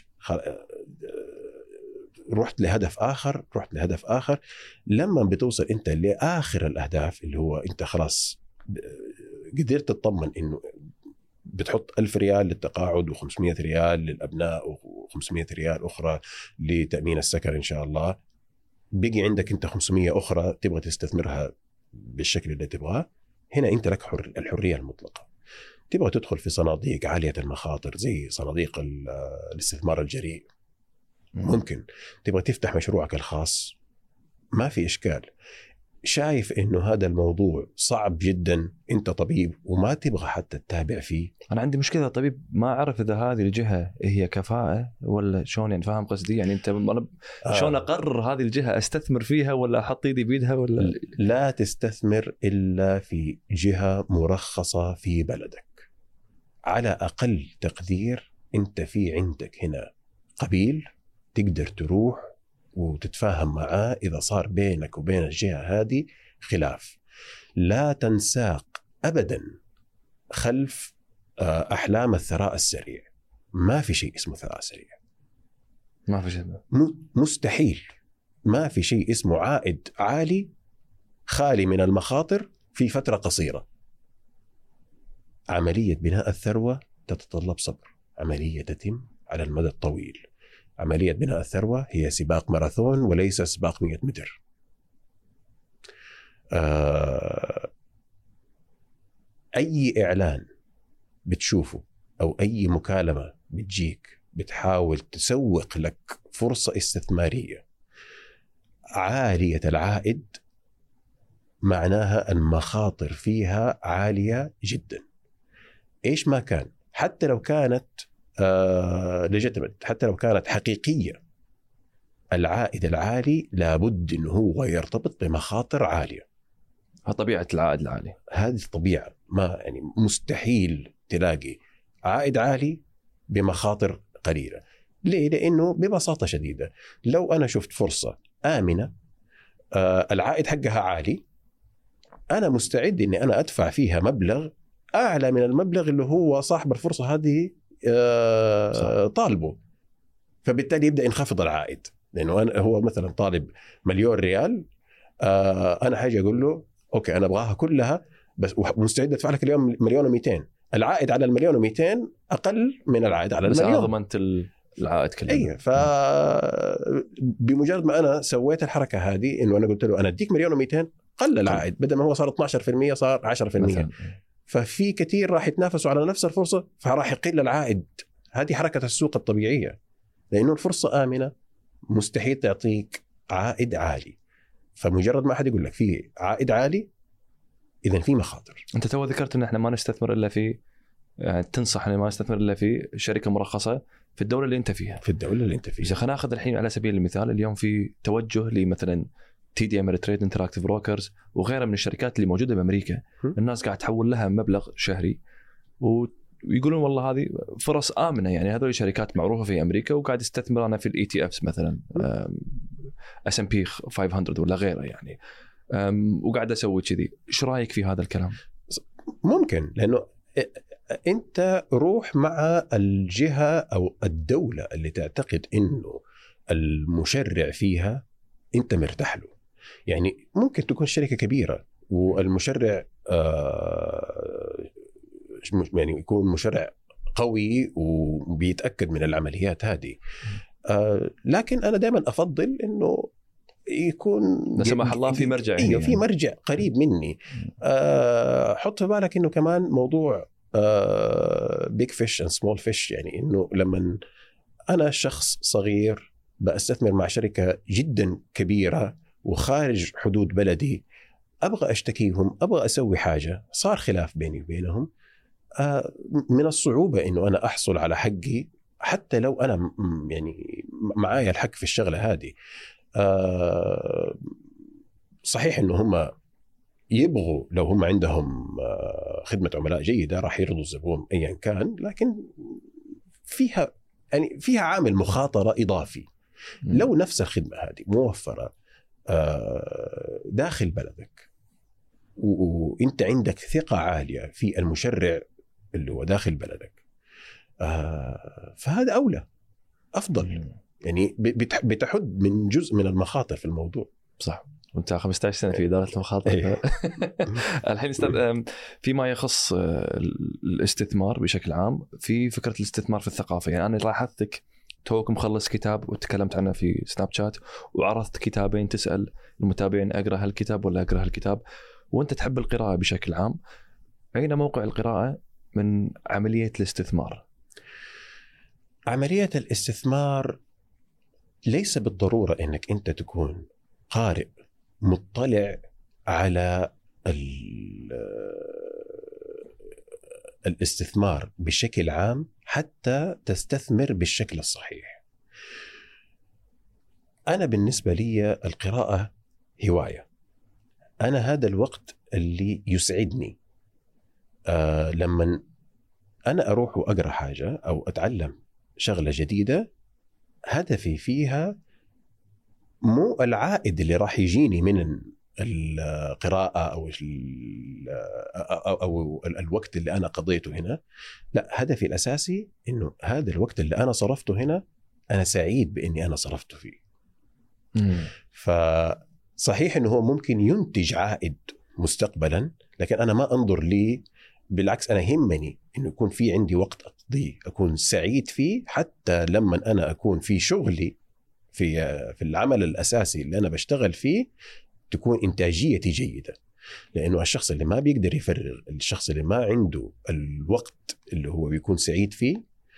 رحت لهدف آخر. لما بتوصل انت لاخر الاهداف اللي هو انت خلاص قدرت تطمن انه بتحط 1000 ريال للتقاعد و500 ريال للابناء و500 ريال اخرى لتامين السكن ان شاء الله، بقي عندك انت 500 اخرى تبغى تستثمرها بالشكل اللي تبغاه. هنا انت لك الحريه المطلقه. تبغى تدخل في صناديق عاليه المخاطر زي صناديق الاستثمار الجريء، ممكن. تبغى تفتح مشروعك الخاص، ما في إشكال. شايف إنه هذا الموضوع صعب جدا، أنت طبيب وما تبغى حتى تتابع فيه. أنا عندي مشكلة طبيب، ما أعرف إذا هذه الجهة هي كفاءة ولا شلون، يعني فاهم قصدي؟ يعني أنت شلون أقرر هذه الجهة أستثمر فيها ولا أحط إيدي بيدها ولا؟ لا تستثمر إلا في جهة مرخصة في بلدك. على أقل تقدير أنت في عندك هنا قبيل تقدر تروح وتتفاهم معاه إذا صار بينك وبين الجهة هذه خلاف. لا تنساق أبدا خلف أحلام الثراء السريع. ما في شيء اسمه ثراء سريع، ما في شيء، مستحيل. ما في شيء اسمه عائد عالي خالي من المخاطر في فترة قصيرة. عملية بناء الثروة تتطلب صبر، عملية تتم على المدى الطويل. عملية بناء الثروة هي سباق ماراثون وليس سباق 100 متر. أي إعلان بتشوفه أو أي مكالمة بتجيك بتحاول تسوق لك فرصة استثمارية عالية العائد، معناها المخاطر فيها عالية جدا. إيش ما كان، حتى لو كانت حتى لو كانت حقيقية، العائد العالي لابد أنه هو يرتبط بمخاطر عالية. طبيعة العائد العالي، هذه الطبيعة. ما يعني مستحيل تلاقي عائد عالي بمخاطر قليلة. ليه؟ لأنه ببساطة شديدة لو أنا شفت فرصة آمنة العائد حقها عالي، أنا مستعد أني أنا أدفع فيها مبلغ أعلى من المبلغ اللي هو صاحب الفرصة هذه طالبه. فبالتالي يبدأ ينخفض العائد، لأنه هو مثلا طالب 1,000,000 ريال، أنا حاجة أقول له أوكي أنا أبغاها كلها بس مستعد أدفع لك اليوم 1,200,000. العائد على 1,200,000 أقل من العائد على 1,000,000. بس ضمنت العائد كله. أيه. فبمجرد ما أنا سويت الحركة هذه إنه أنا قلت له أنا أديك 1,200,000، قل العائد، بدل ما هو صار 12% صار 10%. مثلا. ففي كثير راح يتنافسوا على نفس الفرصة، فراح يقل العائد. هذه حركة السوق الطبيعية، لأنه الفرصة آمنة مستحيل تعطيك عائد عالي. فمجرد ما أحد يقول لك في عائد عالي إذن في مخاطر. أنت تو ذكرت إن إحنا ما نستثمر إلا في، يعني تنصح إن ما نستثمر إلا في شركة مرخصة في الدولة اللي أنت فيها. في الدولة اللي أنت فيها. إذا خلينا نأخذ الحين على سبيل المثال، اليوم في توجه لمثلا TD Ameritrade Interactive Brokers وغيرها من الشركات اللي موجودة بأمريكا. الناس قاعد تحول لها مبلغ شهري ويقولون والله هذه فرص آمنة، يعني هذول شركات معروفة في أمريكا وقاعد استثمر أنا في الETFs مثلا S&P 500 ولا غيره يعني، وقاعد أسوي كذي. إيش رأيك في هذا الكلام؟ ممكن، لأنه أنت روح مع الجهة أو الدولة اللي تعتقد إنه المشرع فيها أنت مرتاح له. يعني ممكن تكون شركة كبيرة والمشرع يعني يكون مشرع قوي وبيتأكد من العمليات هذه، لكن أنا دائما أفضل إنه يكون لا سمح الله في مرجع، يعني في مرجع قريب مني. حط في بالك إنه كمان موضوع big fish and small fish، يعني إنه لما أنا شخص صغير بأستثمر مع شركة جدا كبيرة وخارج حدود بلدي، أبغى أشتكيهم، أبغى أسوي حاجة، صار خلاف بيني وبينهم، من الصعوبة إنه أنا أحصل على حقي حتى لو أنا يعني معايا الحق في الشغلة هذه. صحيح إنه هم يبغوا لو هم عندهم خدمة عملاء جيدة راح يرضوا الزبون أيا كان، لكن فيها يعني فيها عامل مخاطرة إضافي. لو نفس الخدمة هذه موفرة داخل بلدك وانت عندك ثقة عالية في المشرع اللي هو داخل بلدك، فهذا أولى أفضل. يعني بتحد من جزء من المخاطر في الموضوع. صح. وانت 15 سنة في إدارة المخاطر. الحين استاذ، فيما يخص الاستثمار بشكل عام، في فكرة الاستثمار في الثقافة، يعني أنا لاحظتك توك مخلص كتاب وتكلمت عنه في سناب شات، وعرضت كتابين تسأل المتابعين أقرأ هالكتاب ولا أقرأ هالكتاب، وأنت تحب القراءة بشكل عام. أين موقع القراءة من عملية الاستثمار؟ عملية الاستثمار ليس بالضرورة أنك أنت تكون قارئ مطلع على الاستثمار بشكل عام حتى تستثمر بالشكل الصحيح. أنا بالنسبة لي القراءة هواية. أنا هذا الوقت اللي يسعدني لما أنا أروح وأقرأ حاجة أو أتعلم شغلة جديدة، هدفي فيها مو العائد اللي راح يجيني من القراءة أو الوقت اللي أنا قضيته هنا. لا، هدفي الأساسي إنه هذا الوقت اللي أنا صرفته هنا أنا سعيد بإني أنا صرفته فيه. فصحيح إنه هو ممكن ينتج عائد مستقبلا، لكن أنا ما أنظر لي، بالعكس أنا يهمني إنه يكون في عندي وقت أقضيه أكون سعيد فيه، حتى لما أنا أكون في شغلي في العمل الأساسي اللي أنا بشتغل فيه تكون إنتاجيتي جيدة. لأنه الشخص اللي ما بيقدر يفرغ، الشخص اللي ما عنده الوقت اللي هو بيكون سعيد فيه،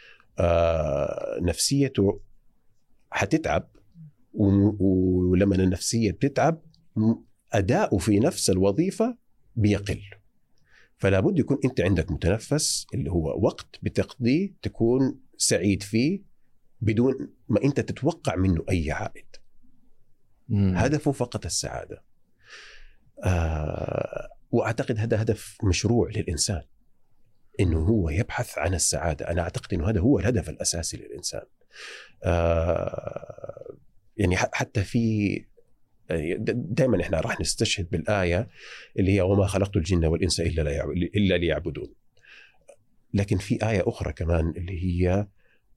نفسيته حتتعب، ولما النفسية بتتعب أداؤه في نفس الوظيفة بيقل. فلا بد يكون أنت عندك متنفس اللي هو وقت بتقضيه تكون سعيد فيه بدون ما أنت تتوقع منه أي عائد. هدفه فقط السعادة. وأعتقد هذا هدف مشروع للإنسان، إنه هو يبحث عن السعادة. أنا أعتقد إنه هذا هو الهدف الأساسي للإنسان. يعني حتى في دائما إحنا راح نستشهد بالآية اللي هي وما خلقت الجن والإنس إلا ليعبدون. لكن في آية أخرى كمان اللي هي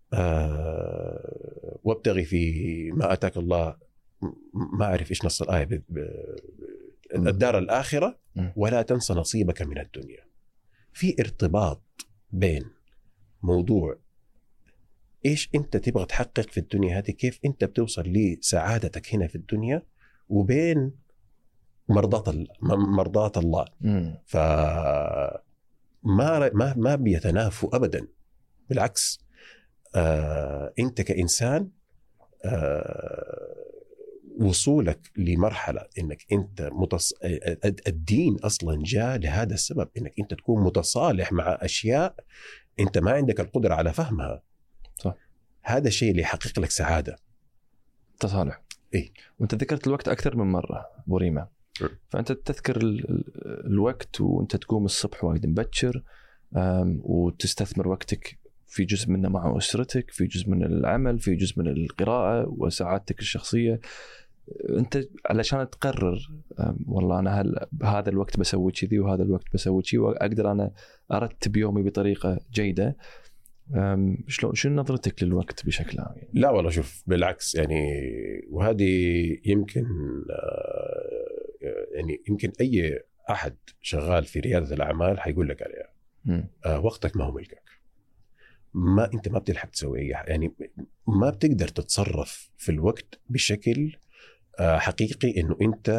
وابتغي في ما آتاك الله، ما أعرف إيش نص الآية، الدار الآخرة ولا تنسى نصيبك من الدنيا. في ارتباط بين موضوع إيش أنت تبغى تحقق في الدنيا هذه، كيف أنت بتوصل لسعادتك هنا في الدنيا، وبين مرضاة الله. فما ما بيتنافوا أبدا، بالعكس. أنت كإنسان وصولك لمرحلة إنك أنت الدين أصلا جاء لهذا السبب، إنك أنت تكون متصالح مع أشياء أنت ما عندك القدرة على فهمها. صح. هذا الشيء اللي يحقق لك سعادة، تصالح. إيه؟ وأنت ذكرت الوقت أكثر من مرة بوريما، فأنت تذكر الوقت وأنت تقوم الصبح وايد مبكر، وتستثمر وقتك في جزء منه مع أسرتك، في جزء من العمل، في جزء من القراءة وسعادتك الشخصية. أنت علشان تقرر والله أنا بهذا الوقت بسوي كذي وهذا الوقت بسوي كذي، وأقدر أنا أرتب يومي بطريقة جيدة. شو نظرتك للوقت بشكل عام؟ لا والله شوف، بالعكس يعني، وهذه يمكن يعني يمكن أي أحد شغال في ريادة الأعمال حيقول لك عليها. وقتك ما هو ملكك. ما أنت ما بتلحق تسوي يعني ما بتقدر تتصرف في الوقت بشكل حقيقي إنه أنت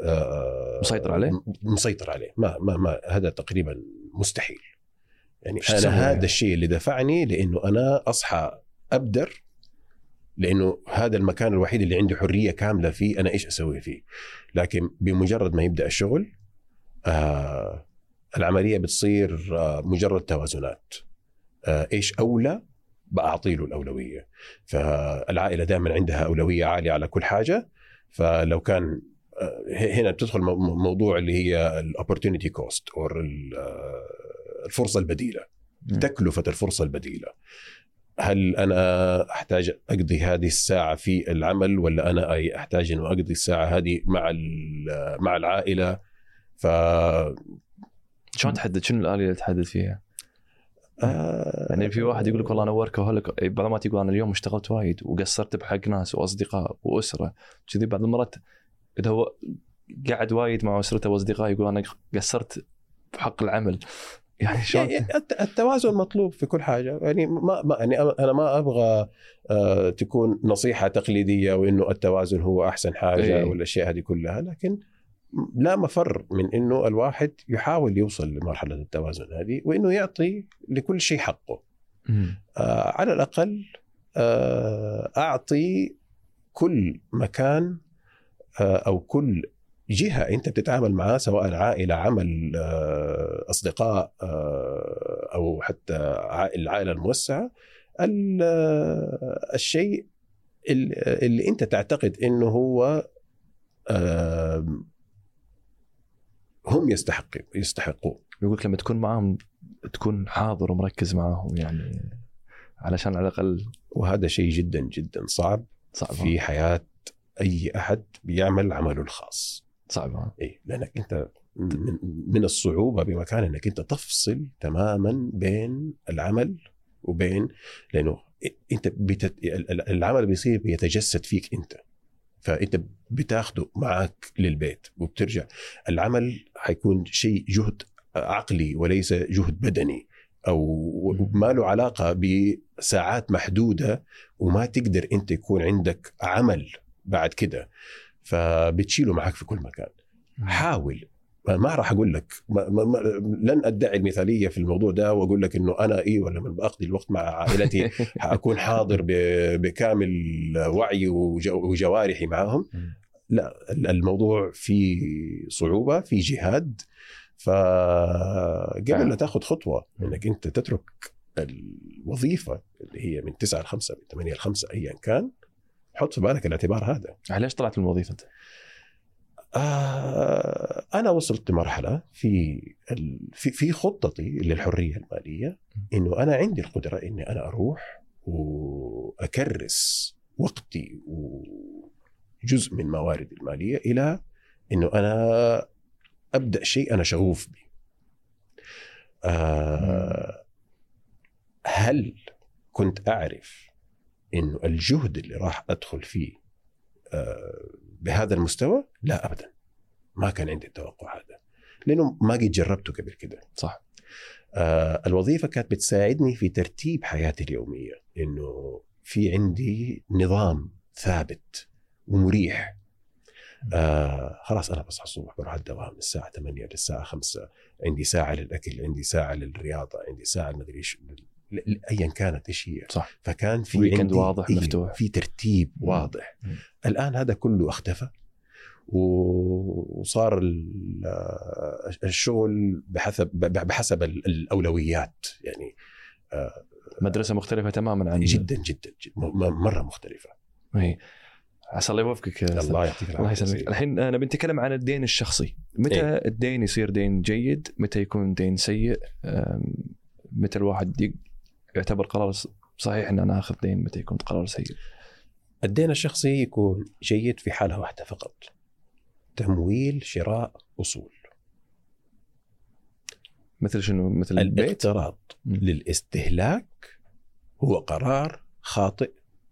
مسيطر عليه. ما هذا تقريبا مستحيل. يعني أنا هذا الشيء اللي دفعني لأنه أنا أصحى أبدر، لأنه هذا المكان الوحيد اللي عندي حرية كاملة فيه أنا إيش أسوي فيه. لكن بمجرد ما يبدأ الشغل العملية بتصير مجرد توازنات. إيش أولى بأعطيله الأولوية. فالعائلة دائما عندها أولوية عالية على كل حاجة. فلو كان هنا بتدخل موضوع اللي هي الopportunity cost أو الفرصة البديلة، تكلفة الفرصة البديلة. هل أنا أحتاج أقضي هذه الساعة في العمل ولا أنا أحتاج أن أقضي الساعة هذه مع العائلة؟ شلون تحدد؟ شنو الآلية اللي تحدد فيها؟ يعني في واحد يقول لك والله أنا وركهوليك، بعض ما تقول أنا اليوم اشتغلت وايد وقصرت بحق ناس وأصدقاء وأسرة كذي. بعض المرات إذا هو قاعد وايد مع أسرته وأصدقائه يقول أنا قصرت بحق العمل. يعني شلون؟ التوازن مطلوب في كل حاجة. يعني يعني أنا ما أبغى تكون نصيحة تقليدية وإنه التوازن هو أحسن حاجة والأشياء هذه كلها، لكن لا مفر من إنه الواحد يحاول يوصل لمرحلة التوازن هذه، وإنه يعطي لكل شيء حقه. على الأقل أعطي كل مكان أو كل جهة أنت بتتعامل معها، سواء عائلة، عمل، أصدقاء، أو حتى العائلة الموسعة، الشيء اللي أنت تعتقد أنه هو هم يستحقون. يقولك لما تكون معهم تكون حاضر ومركز معهم، يعني علشان على الأقل. وهذا شيء جدا جدا صعب في حياة أي أحد بيعمل عمله الخاص. صعب. إيه، لأنك أنت من الصعوبة بمكان أنك أنت تفصل تماما بين العمل وبين، لأنه أنت العمل بيصير بيتجسد فيك أنت، فأنت بتاخده معك للبيت وبترجع. العمل حيكون شيء جهد عقلي وليس جهد بدني، أو ما له علاقة بساعات محدودة، وما تقدر أنت يكون عندك عمل بعد كده، فبتشيله معك في كل مكان. حاول، ما راح أقول لك لن أدعي المثالية في الموضوع ده وأقول لك إنه أنا ولا من بقضي الوقت مع عائلتي أكون حاضر بكامل وعي وجوارحي معهم. لا، الموضوع فيه صعوبة، فيه جهاد. فقبل لا تأخذ خطوة إنك أنت تترك الوظيفة اللي هي من 9 ل 5، من 8 ل 5، أيا كان، حط في بالك الاعتبار هذا. ليش طلعت من الوظيفة أنت؟ أنا وصلت لمرحلة في خطتي للحرية المالية، إنه أنا عندي القدرة إني أنا أروح وأكرس وقتي وجزء من مواردي المالية إلى إنه أنا أبدأ شيء أنا شغوف به. هل كنت أعرف إنه الجهد اللي راح أدخل فيه بهذا المستوى؟ لا أبدا، ما كان عندي التوقع هذا، لأنه ما قد جربته قبل كده. صح. الوظيفة كانت بتساعدني في ترتيب حياتي اليومية، إنه في عندي نظام ثابت ومريح. خلاص أنا بصحى الصبح بروح الدوام من الساعة 8 للساعة 5، عندي ساعة للأكل، عندي ساعة للرياضة، عندي ساعة المدري إيش، أيا كانت إيش هي. صح. فكان في عندي واضح، مفتوح، في ترتيب واضح. الآن هذا كله اختفى، وصار الشغل بحسب الأولويات. يعني مدرسة مختلفة تماما عن جدا جدا, جداً مرة مختلفة. عسى الله يوفقك. الله يعطيك العافية. الله يسلمك. الحين أنا بنتكلم عن الدين الشخصي. متى الدين يصير دين جيد؟ متى يكون دين سيء؟ متى الواحد يعتبر قرار صحيح أن أنا أخذ دين؟ متى يكون قرار سيء؟ الدين الشخصي يكون جيد في حالة واحدة فقط: تمويل شراء أصول. مثل شنو؟ مثل البيت؟ الاقتراض للاستهلاك هو قرار خاطئ،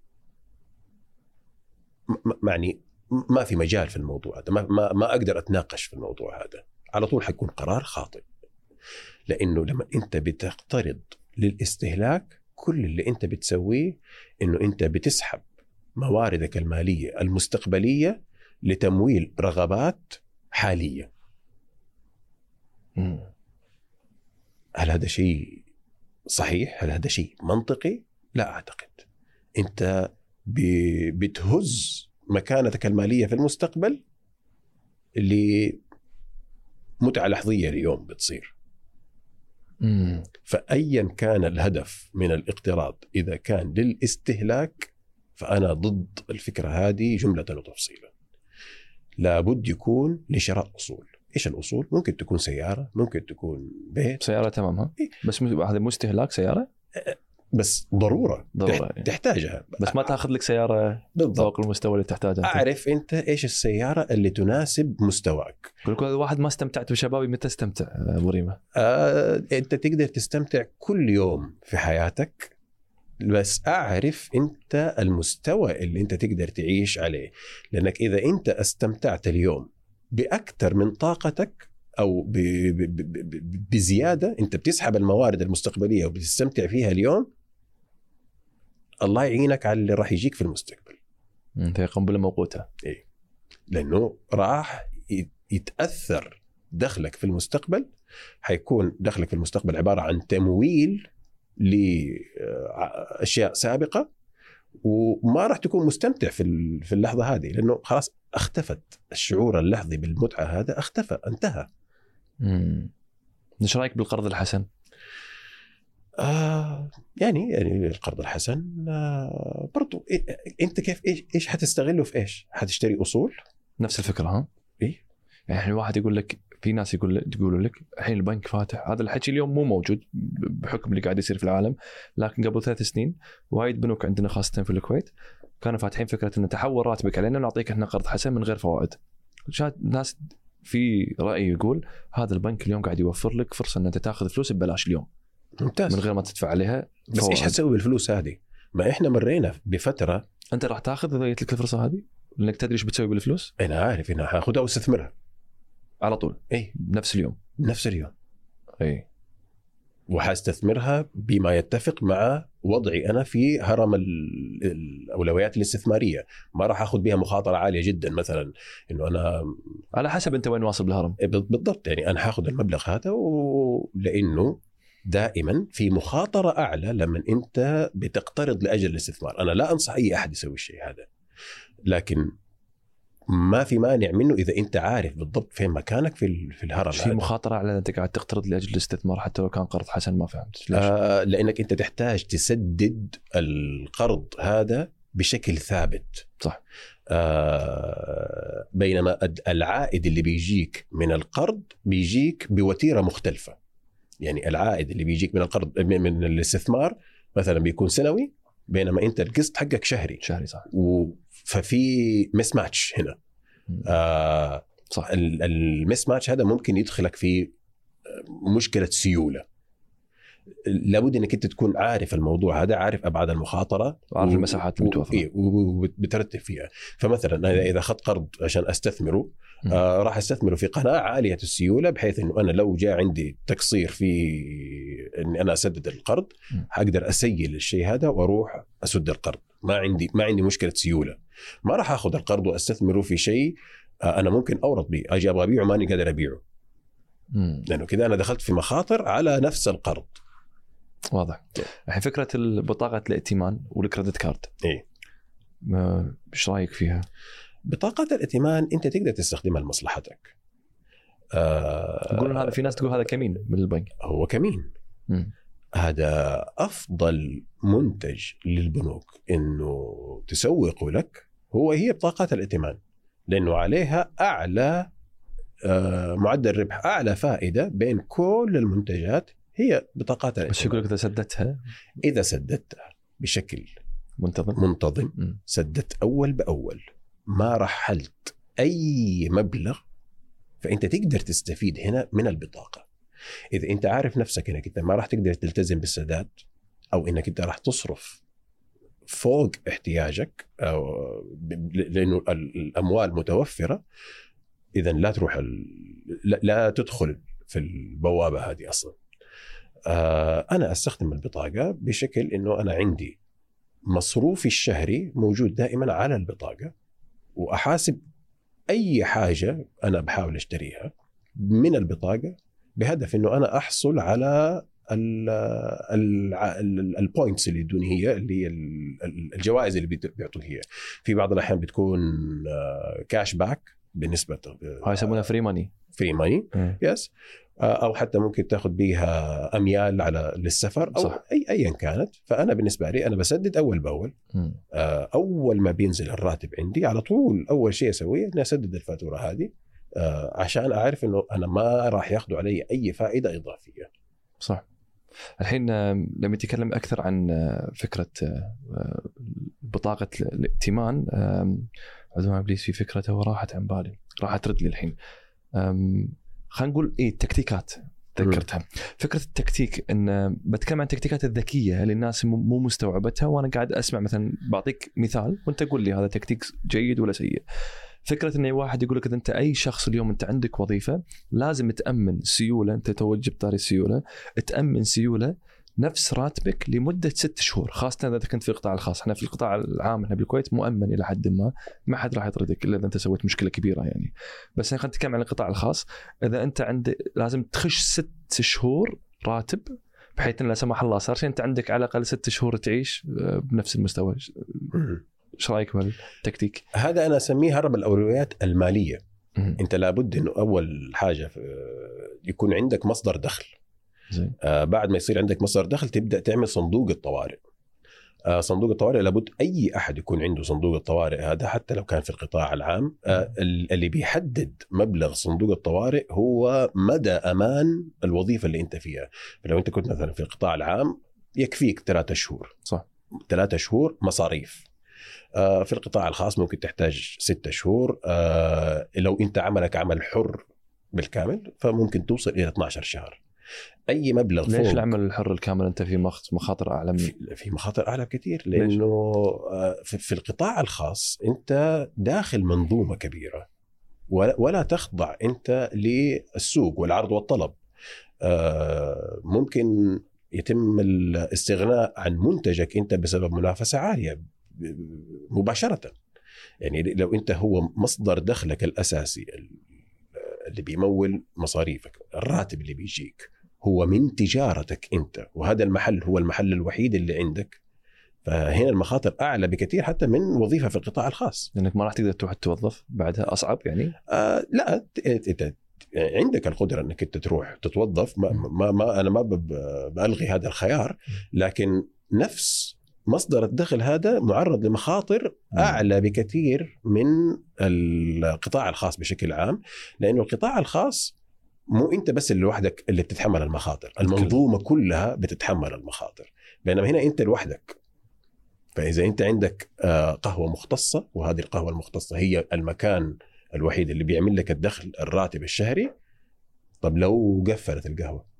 يعني ما في مجال في الموضوع هذا، ما أقدر أتناقش في الموضوع هذا، على طول حيكون قرار خاطئ. لأنه لما أنت بتقترض للاستهلاك، كل اللي أنت بتسويه إنه أنت بتسحب مواردك المالية المستقبلية لتمويل رغبات حالية. هل هذا شيء صحيح؟ هل هذا شيء منطقي؟ لا أعتقد. أنت بتهز مكانتك المالية في المستقبل اللي متعة لحظية اليوم بتصير. فأيا كان الهدف من الاقتراض، إذا كان للاستهلاك فأنا ضد الفكرة هذه جملة وتفصيلا. لابد يكون لشراء أصول. إيش الأصول؟ ممكن تكون سيارة، ممكن تكون بيت. سيارة تمام، ها؟ إيه؟ بس هذا مو استهلاك سيارة؟ بس ضروره ضرورة. تحتاجها، بس ما تاخذ لك سياره فوق المستوى اللي تحتاجه. اعرف انت ايش السياره اللي تناسب مستواك. كل واحد ما استمتعت بشبابي، متى استمتع ابو ريمه؟ انت تقدر تستمتع كل يوم في حياتك، بس اعرف انت المستوى اللي انت تقدر تعيش عليه. لانك اذا انت استمتعت اليوم باكثر من طاقتك او بزياده، انت بتسحب الموارد المستقبليه وبتستمتع فيها اليوم، الله يعينك على اللي راح يجيك في المستقبل. انت قنبله موقوته. ايه، لانه راح يتاثر دخلك في المستقبل. حيكون دخلك في المستقبل عباره عن تمويل لاشياء سابقه، وما راح تكون مستمتع في اللحظه هذه، لانه خلاص اختفت الشعور اللحظي بالمتعه. هذا اختفى، انتهى. ايش رايك بالقرض الحسن؟ يعني القرض الحسن برضو انت كيف ايش حتستغله في ايش؟ حتشتري اصول؟ نفس الفكره. ها ايه، يعني الواحد يقول لك، في ناس يقولوا لك الحين البنك فاتح. هذا الحكي اليوم مو موجود بحكم اللي قاعد يصير في العالم، لكن قبل 3 سنين وايد بنوك عندنا خاصه في الكويت كانوا فاتحين فكره ان تحول راتبك علينا ونعطيك احنا قرض حسن من غير فوائد. ناس في راي يقول هذا البنك اليوم قاعد يوفر لك فرصه ان انت تاخذ فلوس ببلاش اليوم، ممتاز، من غير ما تدفع عليها بس فوائد. ايش حتسوي بالفلوس هذه؟ ما احنا مرينا بفتره. انت راح تاخذ اذا جت لك الفرصه هذه، لانك تدري ايش بتسوي بالفلوس. انا عارف انها حاخذها واستثمرها على طول. اي، نفس اليوم. اي، وحاستثمرها بما يتفق مع وضعي انا في هرم الاولويات الاستثماريه. ما راح اخذ بها مخاطره عاليه جدا، مثلا انه انا على حسب انت وين واصل بالهرم. بالضبط، يعني انا حاخذ المبلغ هذا لانه دائما في مخاطره اعلى لما انت بتقترض لاجل الاستثمار. انا لا انصح اي احد يسوي الشيء هذا، لكن ما في مانع منه اذا انت عارف بالضبط فين مكانك في الهرم. في مخاطره على انت قاعد تقترض لاجل الاستثمار حتى لو كان قرض حسن. ما فهمت ليش؟ لانك انت تحتاج تسدد القرض هذا بشكل ثابت. صح. بينما العائد اللي بيجيك من القرض بيجيك بوتيره مختلفه. يعني العائد اللي بيجيك من القرض من الاستثمار مثلا بيكون سنوي، بينما انت القسط حقك شهري. صح. ففي مس ماتش هنا. صح. المس ماتش هذا ممكن يدخلك في مشكله سيوله. لابد انك انت تكون عارف الموضوع هذا، عارف ابعاد المخاطره، وعارف المساحات المتوفره، وبترتب فيها. فمثلا اذا اخذت قرض عشان استثمره، راح استثمره في قناه عاليه السيوله، بحيث انه انا لو جاء عندي تقصير في اني انا اسدد القرض حقدر اسيل الشيء هذا واروح اسد القرض. ما عندي مشكله سيوله. ما راح اخذ القرض واستثمره في شيء انا ممكن اورط به، اجي ابغى ابيعه ماني قادر ابيعه، لانه كذا انا دخلت في مخاطر على نفس القرض. واضح. الحين فكره بطاقه الائتمان والكريدت كارد، ايه، ايش رايك فيها؟ بطاقه الائتمان انت تقدر تستخدمها لمصلحتك. يقولون هذا، في ناس تقول هذا كمين من البنك. هو كمين. هذا افضل منتج للبنوك انه تسوق لك هي بطاقات الائتمان، لانه عليها اعلى معدل ربح، اعلى فائده بين كل المنتجات هي بطاقات الائتمان. بس يقول لك اذا سددتها بشكل منتظم سددت اول باول، ما رحلت اي مبلغ، فانت تقدر تستفيد هنا من البطاقه. اذا انت عارف نفسك انك انت ما راح تقدر تلتزم بالسداد، او انك انت راح تصرف فوق احتياجك، أو لانه الاموال متوفره، اذا لا تروح لا تدخل في البوابه هذه اصلا. انا استخدم البطاقه بشكل انه انا عندي مصروفي الشهري موجود دائما على البطاقه، واحاسب اي حاجه انا بحاول اشتريها من البطاقه، بهدف انه انا احصل على البوينتس اللي يدوني هي اللي الجوائز اللي بيعطوه هي. في بعض الاحيان بتكون كاش باك بالنسبه هاي يسمونها فري ماني. يس. او حتى ممكن تاخذ بيها اميال على للسفر، او صح. ايا كانت. فانا بالنسبه لي انا بسدد اول باول. اول ما بينزل الراتب عندي على طول اول شيء اسويه اني اسدد الفاتوره هذه، عشان اعرف انه انا ما راح ياخذوا علي اي فائده اضافيه. صح. الحين لما نتكلم اكثر عن فكره بطاقه الائتمان، عذرا ابليس في فكرته وراحت عن بالي، راح ترد لي الحين. خلينا نقول التكتيكات تذكرتها. فكره التكتيك، ان بتكلم عن التكتيكات الذكيه اللي الناس مو مستوعبتها، وانا قاعد اسمع مثلا، بعطيك مثال وانت قول لي هذا تكتيك جيد ولا سيء. فكره ان واحد يقول لك اذا انت اي شخص اليوم انت عندك وظيفه لازم تامن سيوله، انت توجب طاري السيوله، تامن سيوله نفس راتبك لمده 6 شهور، خاصه اذا كنت في القطاع الخاص. احنا في القطاع العام احنا بالكويت مؤمن الى حد ما حد راح يطردك الا اذا انت سويت مشكله كبيره يعني. بس خلينا نتكلم عن القطاع الخاص. اذا انت عندك لازم تخش 6 شهور راتب، بحيث ان لا سمح الله صار شيء انت عندك على الاقل 6 شهور تعيش بنفس المستوى. ايش رايك بالتكتيك هذا؟ انا اسميه هرب الاولويات الماليه. انت لابد انه اول حاجه يكون عندك مصدر دخل. زين. بعد ما يصير عندك مصدر دخل تبدا تعمل صندوق الطوارئ. صندوق الطوارئ لابد اي احد يكون عنده صندوق الطوارئ هذا، حتى لو كان في القطاع العام. اللي بيحدد مبلغ صندوق الطوارئ هو مدى امان الوظيفه اللي انت فيها. فلو انت كنت مثلا في القطاع العام يكفيك 3 شهور، صح، 3 شهور مصاريف. في القطاع الخاص ممكن تحتاج 6 شهور. لو انت عملك عمل حر بالكامل فممكن توصل الى 12 شهر. اي مبلغ فوق. ليش العمل الحر الكامل انت في مخاطر اعلى؟ في مخاطر اعلى كثير، لانه في القطاع الخاص انت داخل منظومه كبيره ولا تخضع انت للسوق والعرض والطلب. ممكن يتم الاستغناء عن منتجك انت بسبب منافسه عاليه مباشره. يعني لو انت هو مصدر دخلك الاساسي اللي بيمول مصاريفك، الراتب اللي بيجيك هو من تجارتك انت، وهذا المحل هو المحل الوحيد اللي عندك، فهنا المخاطر اعلى بكثير حتى من وظيفه في القطاع الخاص. لانك ما راح تقدر تروح توظف بعدها، اصعب يعني. لا، انت عندك القدره انك انت تروح تتوظف. انا ما بالغي هذا الخيار، لكن نفس مصدر الدخل هذا معرض لمخاطر أعلى بكثير من القطاع الخاص بشكل عام. لأنه القطاع الخاص مو أنت بس اللي لوحدك اللي بتتحمل المخاطر، المنظومة كلها بتتحمل المخاطر، بينما هنا أنت لوحدك. فإذا أنت عندك قهوة مختصة، وهذه القهوة المختصة هي المكان الوحيد اللي بيعمل لك الدخل الراتب الشهري، طب لو قفلت القهوة،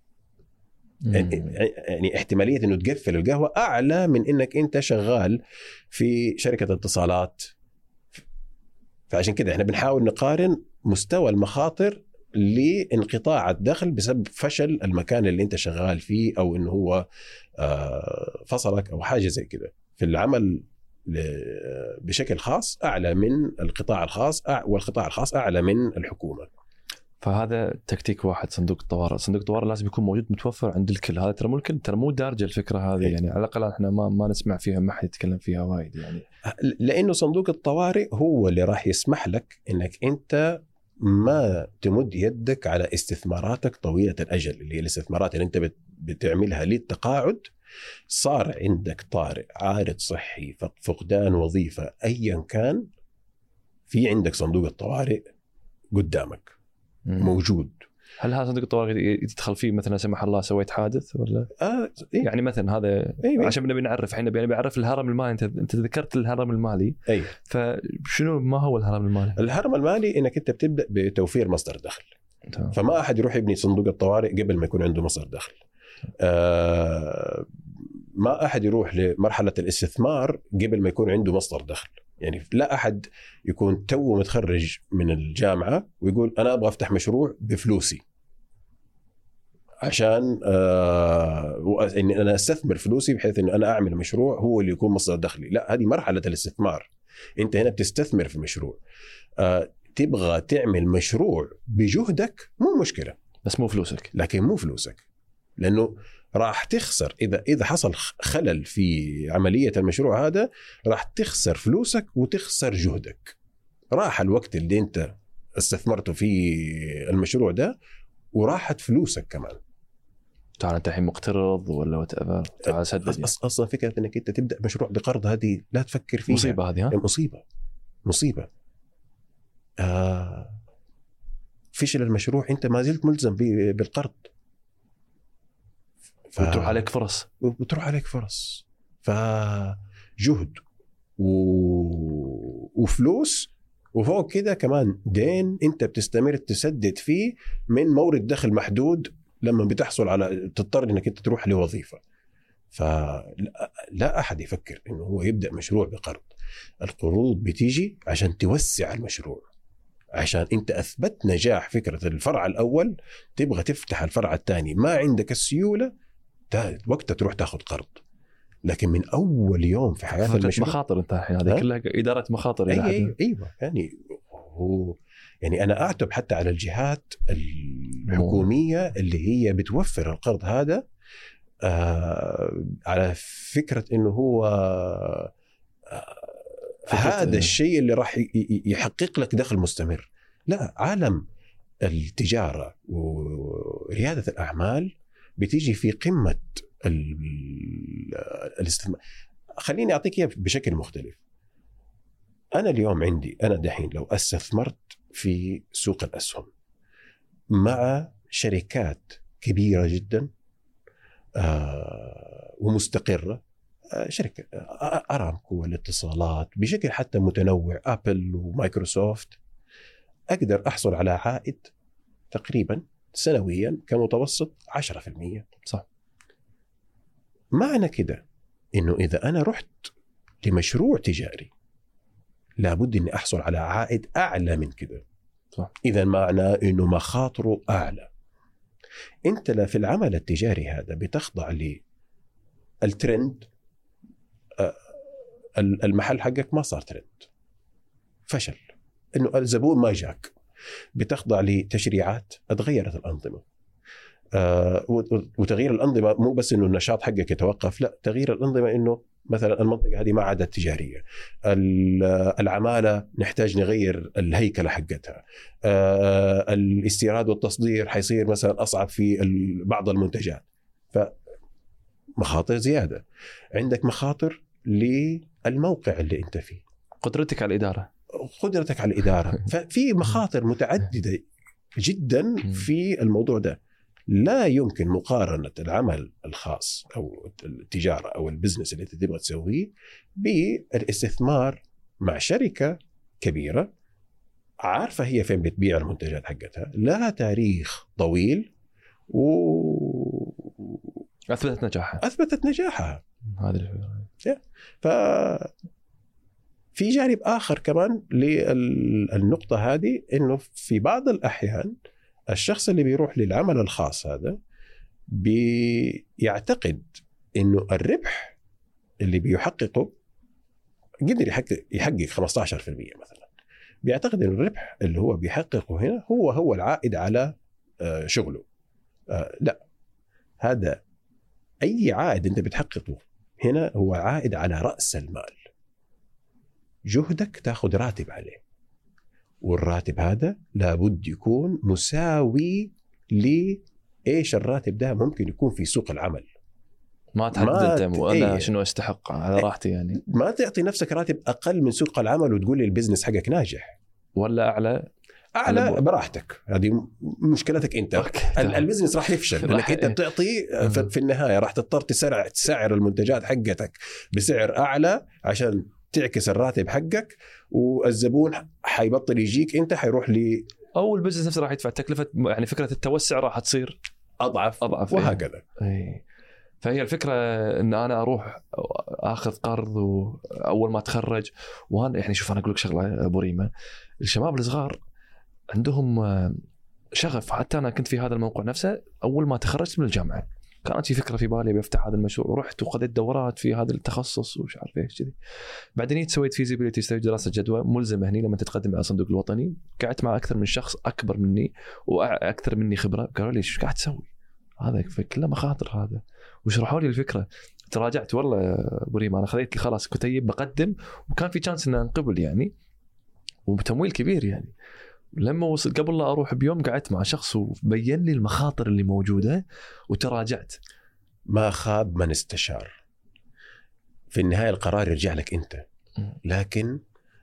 يعني احتمالية انه تقفل القهوة اعلى من انك انت شغال في شركة اتصالات. فعشان كده احنا بنحاول نقارن مستوى المخاطر لانقطاع الدخل بسبب فشل المكان اللي انت شغال فيه، او انه هو فصلك او حاجة زي كده. في العمل بشكل خاص اعلى من القطاع الخاص، والقطاع الخاص اعلى من الحكومة. فهذا تكتيك واحد، صندوق الطوارئ. صندوق الطوارئ لازم يكون موجود متوفر عند الكل. هذا ترى مو الكل، ترى مو دارجه الفكره هذه يعني. على الاقل احنا ما نسمع فيها، ما حد يتكلم فيها وايد يعني. لانه صندوق الطوارئ هو اللي راح يسمح لك انك انت ما تمد يدك على استثماراتك طويله الاجل، اللي هي الاستثمارات اللي انت بتعملها للتقاعد. صار عندك طارئ، عارض صحي، فقدان وظيفه، ايا كان، في عندك صندوق الطوارئ قدامك موجود. هل هذا صندوق الطوارئ يدخل فيه مثلا سمح الله سويت حادث ولا إيه؟ يعني مثلا هذا إيه؟ عشان نبي نعرف، احنا نبي نعرف الهرم المالي. انت ذكرت الهرم المالي. أيه؟ فشنو ما هو الهرم المالي؟ الهرم المالي انك انت بتبدا بتوفير مصدر دخل. فما احد يروح يبني صندوق الطوارئ قبل ما يكون عنده مصدر دخل. ما احد يروح لمرحله الاستثمار قبل ما يكون عنده مصدر دخل. يعني لا أحد يكون توه متخرج من الجامعة ويقول أنا أبغى أفتح مشروع بفلوسي عشان إني أنا أستثمر فلوسي بحيث إن أنا أعمل مشروع هو اللي يكون مصدر دخلي. لا، هذه مرحلة الاستثمار. أنت هنا بتستثمر في مشروع. تبغى تعمل مشروع بجهدك مو مشكلة، بس مو فلوسك. لكن مو فلوسك، لأنه راح تخسر إذا حصل خلل في عملية المشروع هذا، راح تخسر فلوسك وتخسر جهدك. راح الوقت اللي أنت استثمرته في المشروع ده وراحت فلوسك كمان. تعال أنت الحين مقترض ولا وتأبر، تعال سدد. أصلا فكرة أنك أنت تبدأ مشروع بقرض هذه لا تفكر فيها. مصيبة هذه. مصيبة. فشل المشروع أنت ما زلت ملزم بالقرض. وتروح عليك فرص. فجهد وفلوس، وفوق كده كمان دين انت بتستمر تسدد فيه من مورد دخل محدود لما بتحصل على تضطر انك انت تروح لوظيفة. فلا أحد يفكر انه هو يبدأ مشروع بقرض. القروض بتيجي عشان توسع المشروع، عشان انت اثبت نجاح فكرة الفرع الاول، تبغى تفتح الفرع الثاني، ما عندك السيولة وقتها تروح تاخذ قرض. لكن من اول يوم في حياة المشروع مخاطر انت الحين هذه كلها إدارة مخاطر. ايوه يعني انا اعتب حتى على الجهات الحكومية اللي هي بتوفر القرض هذا على فكرة انه هو هذا الشيء اللي راح يحقق لك دخل مستمر. لا، عالم التجارة وريادة الأعمال بتيجي في قمة الاستثمار. خليني أعطيك إياه بشكل مختلف. أنا اليوم أنا دحين لو استثمرت في سوق الأسهم مع شركات كبيرة جدا ومستقرة، شركة أرامكو والاتصالات بشكل حتى متنوع، أبل ومايكروسوفت، أقدر أحصل على عائد تقريبا سنويا كمتوسط 10%. صح. معنى كده إنه إذا أنا رحت لمشروع تجاري لابد إني أحصل على عائد أعلى من كده. صح. إذا معنى إنه مخاطره أعلى. أنت لا في العمل التجاري هذا بتخضع للترند. المحل حقك ما صار ترند، فشل، إنه الزبون ما جاك. بتخضع لتشريعات، اتغيرت الأنظمة. وتغيير الأنظمة مو بس إنه النشاط حقك يتوقف، لا، تغيير الأنظمة إنه مثلا المنطقة هذه ما عادت تجارية، العمالة نحتاج نغير الهيكلة حقتها، الاستيراد والتصدير حيصير مثلا أصعب في بعض المنتجات. فمخاطر زيادة. عندك مخاطر للموقع اللي انت فيه، قدرتك على الإدارة. ففي مخاطر متعددة جدا في الموضوع ده. لا يمكن مقارنة العمل الخاص أو التجارة أو البزنس اللي تبغى تسويه بالاستثمار مع شركة كبيرة عارفة هي فين بتبيع المنتجات حقتها، لها تاريخ طويل أثبتت نجاحها. هذا في جانب آخر كمان للنقطة هذه، إنه في بعض الأحيان الشخص اللي بيروح للعمل الخاص هذا بيعتقد إنه الربح اللي بيحققه قدر يحقق 15% مثلا، بيعتقد إنه الربح اللي هو بيحققه هنا هو العائد على شغله. لا، هذا أي عائد أنت بتحققه هنا هو عائد على رأس المال. جهدك تأخذ راتب عليه، والراتب هذا لابد يكون مساوي لإيش الراتب ده ممكن يكون في سوق العمل. ما تحدد أنت وأنا شنو أستحق على راحتي. يعني ما تعطي نفسك راتب أقل من سوق العمل وتقول لي البزنس حقك ناجح، ولا أعلى براحتك. هذه مشكلتك أنت. البزنس راح يفشل لأنك أنت بتعطي في النهاية راح تضطر تسعر المنتجات حقتك بسعر أعلى عشان تعكس الراتب حقك، والزبون حيبطل يجيك، أنت حيروح أو البزنس نفسه راح يدفع تكلفة. يعني فكرة التوسع راح تصير أضعف وهكذا. فهي الفكرة إن أنا أروح أخذ قرض وأول ما أتخرج. وأنا يعني شوف، أنا أقول لك شغلة أبو ريمة، الشباب الصغار عندهم شغف. حتى أنا كنت في هذا الموقع نفسه أول ما تخرجت من الجامعة كانت في فكرة في بالي بفتح هذا المشروع، ورحت وخذت دورات في هذا التخصص ومش عارف ايش كذي. بعدين سويت فيزيبيليتي ستدي، دراسة جدوى ملزمة هني لما تتقدم على الصندوق الوطني. قعدت مع أكثر من شخص أكبر مني وأكثر مني خبرة، قالوا لي ايش قاعد تسوي هذا؟ كله مخاطر هذا. وشرحوا لي الفكرة. تراجعت والله أبو ريم، أنا خذيت خلاص كتيب بقدم، وكان في شانس إن أنقبل يعني، وبتمويل كبير يعني. لما وصل قبل لا أروح بيوم قعدت مع شخص وبين لي المخاطر اللي موجودة وتراجعت. ما خاب من استشار. في النهاية القرار يرجع لك أنت، لكن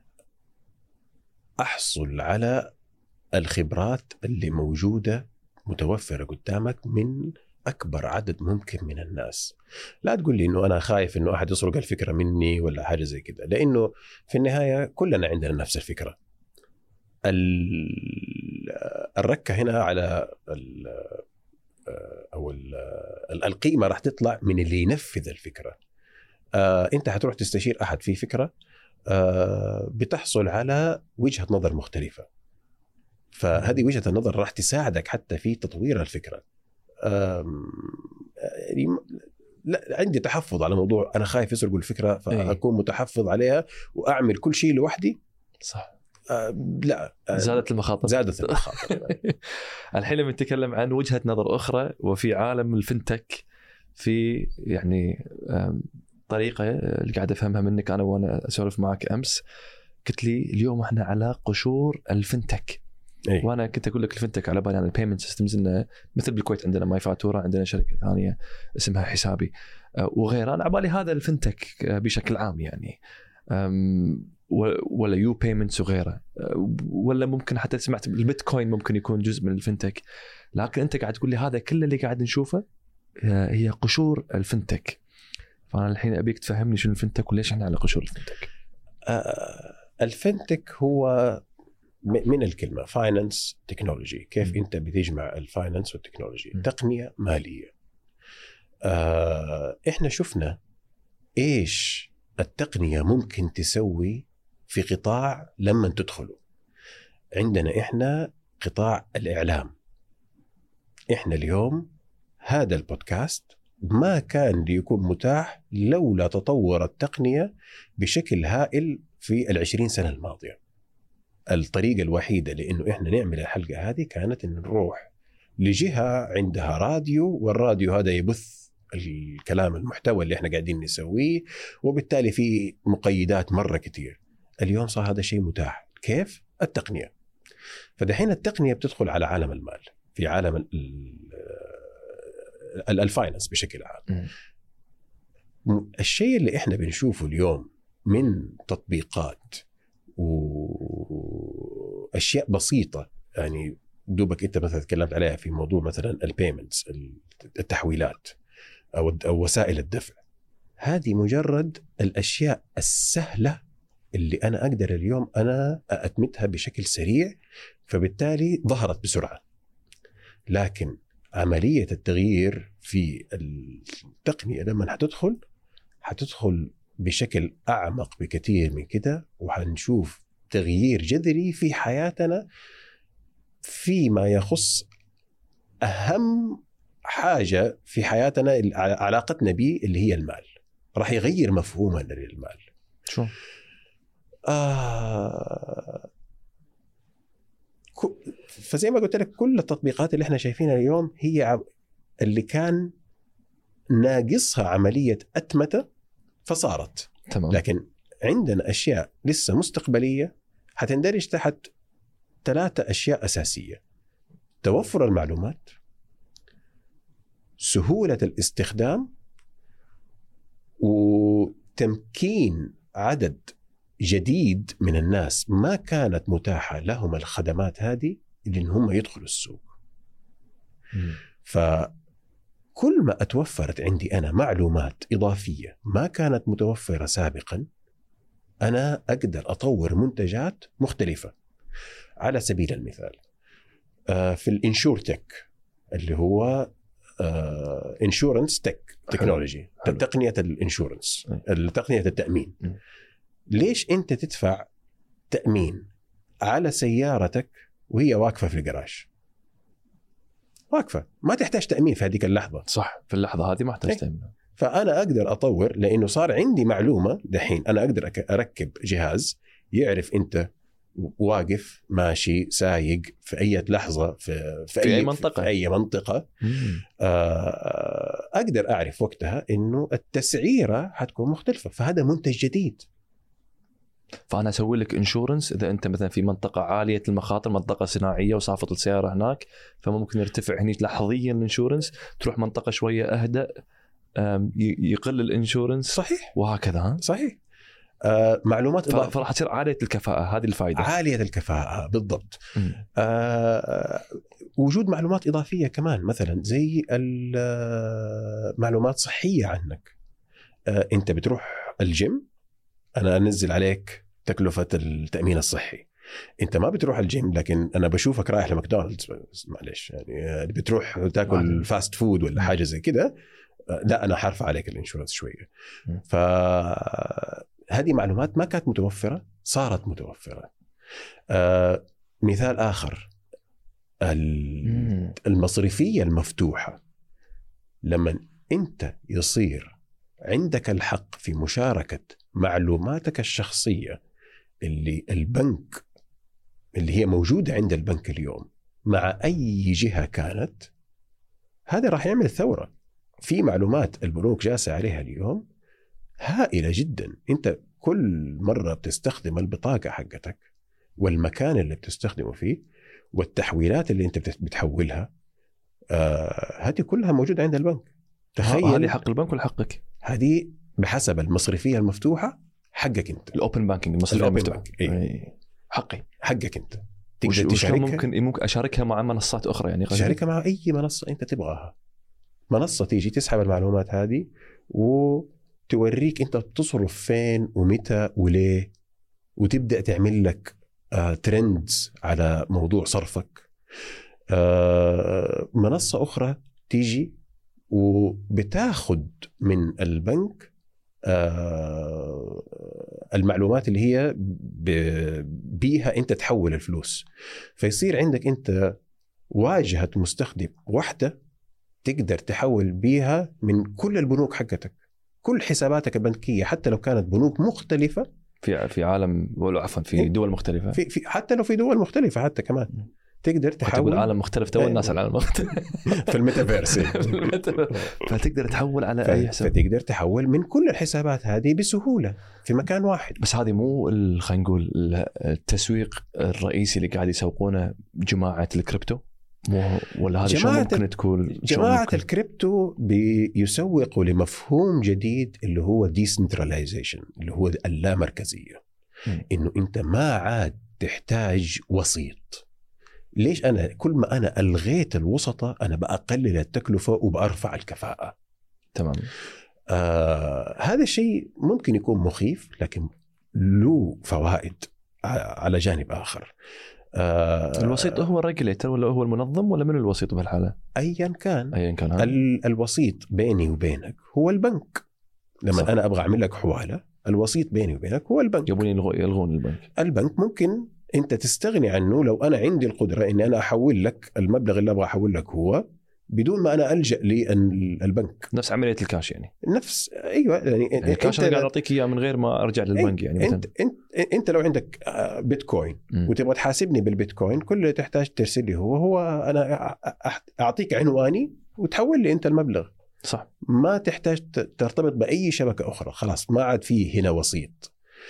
أحصل على الخبرات اللي موجودة متوفرة قدامك من أكبر عدد ممكن من الناس. لا تقول لي إنه أنا خايف إنه أحد يسرق الفكرة مني ولا حاجة زي كده، لأنه في النهاية كلنا عندنا نفس الفكرة. الركة هنا على القيمة راح تطلع من اللي ينفذ الفكرة. أنت هتروح تستشير أحد في فكرة، بتحصل على وجهة نظر مختلفة، فهذه وجهة النظر راح تساعدك حتى في تطوير الفكرة. لا عندي تحفظ على موضوع أنا خايف يسرقوا الفكرة فأكون متحفظ عليها وأعمل كل شيء لوحدي. صح. لا، زادت المخاطر. الحين لما نتكلم عن وجهة نظر أخرى وفي عالم الفنتك، في يعني طريقة اللي قاعد أفهمها منك أنا وأنا أسولف معك أمس، قلت لي اليوم إحنا على قشور الفنتك. وأنا كنت أقول لك الفنتك على بالي عن البيمنت سيستمز، إنه مثل بالكويت عندنا ماي فاتورة، عندنا شركة ثانية اسمها حسابي وغيرها. أنا على بالي هذا الفنتك بشكل عام يعني، ولا يو بيمنتس وغيره، ولا ممكن حتى سمعت البيتكوين ممكن يكون جزء من الفنتك. لكن أنت قاعد تقول لي هذا كل اللي قاعد نشوفه هي قشور الفنتك. فأنا الحين أبيك تفهمني شنو الفنتك وليش احنا على قشور الفنتك. الفنتك هو من الكلمة فاينانس تكنولوجي. كيف أنت بتجمع الفاينانس والتكنولوجي؟ تقنية مالية. إحنا شفنا إيش التقنية ممكن تسوي في قطاع لما تدخلوا. عندنا إحنا قطاع الإعلام. إحنا اليوم هذا البودكاست ما كان ليكون متاح لولا تطور التقنية بشكل هائل في 20 سنة الماضية. الطريقة الوحيدة لأنه إحنا نعمل الحلقة هذه كانت إن نروح لجهة عندها راديو، والراديو هذا يبث الكلام المحتوى اللي إحنا قاعدين نسويه، وبالتالي في مقيدات مرة كتير. اليوم صار هذا شيء متاح. كيف؟ التقنية. فدحين التقنية بتدخل على عالم المال، في عالم الفاينانس بشكل عام. الشيء اللي إحنا بنشوفه اليوم من تطبيقات وأشياء بسيطة، يعني دوبك أنت مثلا تكلمت عليها في موضوع مثلا البيمنتس، التحويلات أو وسائل الدفع، هذه مجرد الأشياء السهلة اللي أنا أقدر اليوم أنا أتمتها بشكل سريع، فبالتالي ظهرت بسرعة. لكن عملية التغيير في التقنية لما هتدخل بشكل أعمق بكثير من كده، وهنشوف تغيير جذري في حياتنا فيما يخص أهم حاجة في حياتنا علاقتنا به اللي هي المال. راح يغير مفهومنا للمال. شو؟ فزي ما قلت لك كل التطبيقات اللي احنا شايفينها اليوم هي اللي كان ناقصها عملية أتمتة فصارت. تمام. لكن عندنا أشياء لسه مستقبلية هتندرج تحت 3 أشياء أساسية: توفر المعلومات، سهولة الاستخدام، وتمكين عدد جديد من الناس ما كانت متاحة لهم الخدمات هذه لأن هم يدخلوا السوق. فكل ما أتوفرت عندي أنا معلومات إضافية ما كانت متوفرة سابقا، أنا أقدر أطور منتجات مختلفة. على سبيل المثال في الانشور تك اللي هو انشورنس تكنولوجي، تقنية الانشورنس، تقنية التأمين. ليش أنت تدفع تأمين على سيارتك وهي واقفة في الجراج؟ واقفة، ما تحتاج تأمين في هذه اللحظة. صح، في اللحظة هذه ما احتاج تأمين. فأنا أقدر أطور لأنه صار عندي معلومة دحين. أنا أقدر أركب جهاز يعرف أنت واقف ماشي سايق في أي لحظة في أي منطقة أقدر أعرف وقتها إنه التسعيرة حتكون مختلفة، فهذا منتج جديد. فأنا أسوي لك إنشورنس إذا أنت مثلا في منطقة عالية المخاطر، منطقة صناعية وصافت السيارة هناك، فممكن يرتفع هني لحظيا الإنشورنس. تروح منطقة شوية أهدأ يقل الإنشورنس. صحيح. وهكذا. صحيح. معلومات إضافية. فراح تصير عالية الكفاءة، هذه الفائدة. عالية الكفاءة بالضبط. وجود معلومات إضافية كمان، مثلا زي معلومات صحية عنك. أنت بتروح الجيم، أنا أنزل عليك تكلفة التأمين الصحي. أنت ما بتروح الجيم، لكن أنا بشوفك رايح لماكدونالدز معلش، يعني بتروح تاكل فاست فود ولا حاجة زي كده، لا أنا حارفة عليك الانشورنس شوية. فهذه معلومات ما كانت متوفرة، صارت متوفرة. مثال آخر، المصرفية المفتوحة. لما أنت يصير عندك الحق في مشاركة معلوماتك الشخصية اللي البنك اللي هي موجودة عند البنك اليوم مع أي جهة كانت، هذا راح يعمل ثورة. في معلومات البنوك جالسة عليها اليوم هائلة جدا. أنت كل مرة بتستخدم البطاقة حقتك والمكان اللي بتستخدمه فيه والتحويلات اللي أنت بتحولها، هذه كلها موجودة عند البنك. تخيل هذه حق البنك ولا حقك؟ هذه بحسب المصرفية المفتوحة حقك أنت. الأوبن بانكينج، المصرفية المفتوحة. حقك أنت. تقدر تشاركها. ممكن أشاركها مع منصات أخرى، يعني شاركها مع أي منصة أنت تبغاها. منصة تيجي تسحب المعلومات هذه وتوريك أنت تصرف فين ومتى وليه، وتبدأ تعمل لك ترندز على موضوع صرفك. منصة أخرى تيجي وبتاخد من البنك المعلومات اللي هي بيها أنت تحول الفلوس، فيصير عندك أنت واجهة مستخدم واحدة تقدر تحول بيها من كل البنوك حقتك، كل حساباتك البنكية، حتى لو كانت بنوك مختلفة في عالم، ولا عفوا في دول مختلفة، في حتى لو في دول مختلفة حتى كمان تقدر تحول. عالم مختلف، تو الناس على العالم مختلف في الميتافيرس فتقدر تحول على أي حساب، فتقدر تحول من كل الحسابات هذه بسهولة في مكان واحد. بس هذه مو خلينا نقول التسويق الرئيسي اللي قاعد يسوقونه جماعة الكريبتو، ولا هذا شو ممكن تكون؟ جماعة الكريبتو بيسوقوا لمفهوم جديد اللي هو decentralization، اللي هو اللامركزية. إنه أنت ما عاد تحتاج وسيط. ليش؟ أنا كل ما أنا ألغيت الوسطة أنا بأقلل التكلفة وبأرفع الكفاءة. تمام. هذا الشيء ممكن يكون مخيف، لكن له فوائد على جانب آخر. الوسيط هو الريجوليتر ولا هو المنظم ولا من الوسيط بهالحالة؟ أيا كان الوسيط بيني وبينك هو البنك. لما صح. أنا أبغى أعمل لك حوالة، الوسيط بيني وبينك هو البنك. يبون يلغون البنك ممكن أنت تستغني عنه لو أنا عندي القدرة إني أنا أحول لك المبلغ اللي أبغى أحول لك هو بدون ما أنا ألجأ للبنك. نفس عملية الكاش يعني. نفس أيوة يعني الكاش أنا قاعد أعطيك إياه من غير ما أرجع للبنك يعني. أنت لو عندك بيتكوين وتبغى تحاسبني بالبيتكوين، كل اللي تحتاج ترسل لي هو أنا أعطيك عنواني وتحول لي أنت المبلغ. صح. ما تحتاج ترتبط بأي شبكة أخرى، خلاص ما عاد فيه هنا وسيط.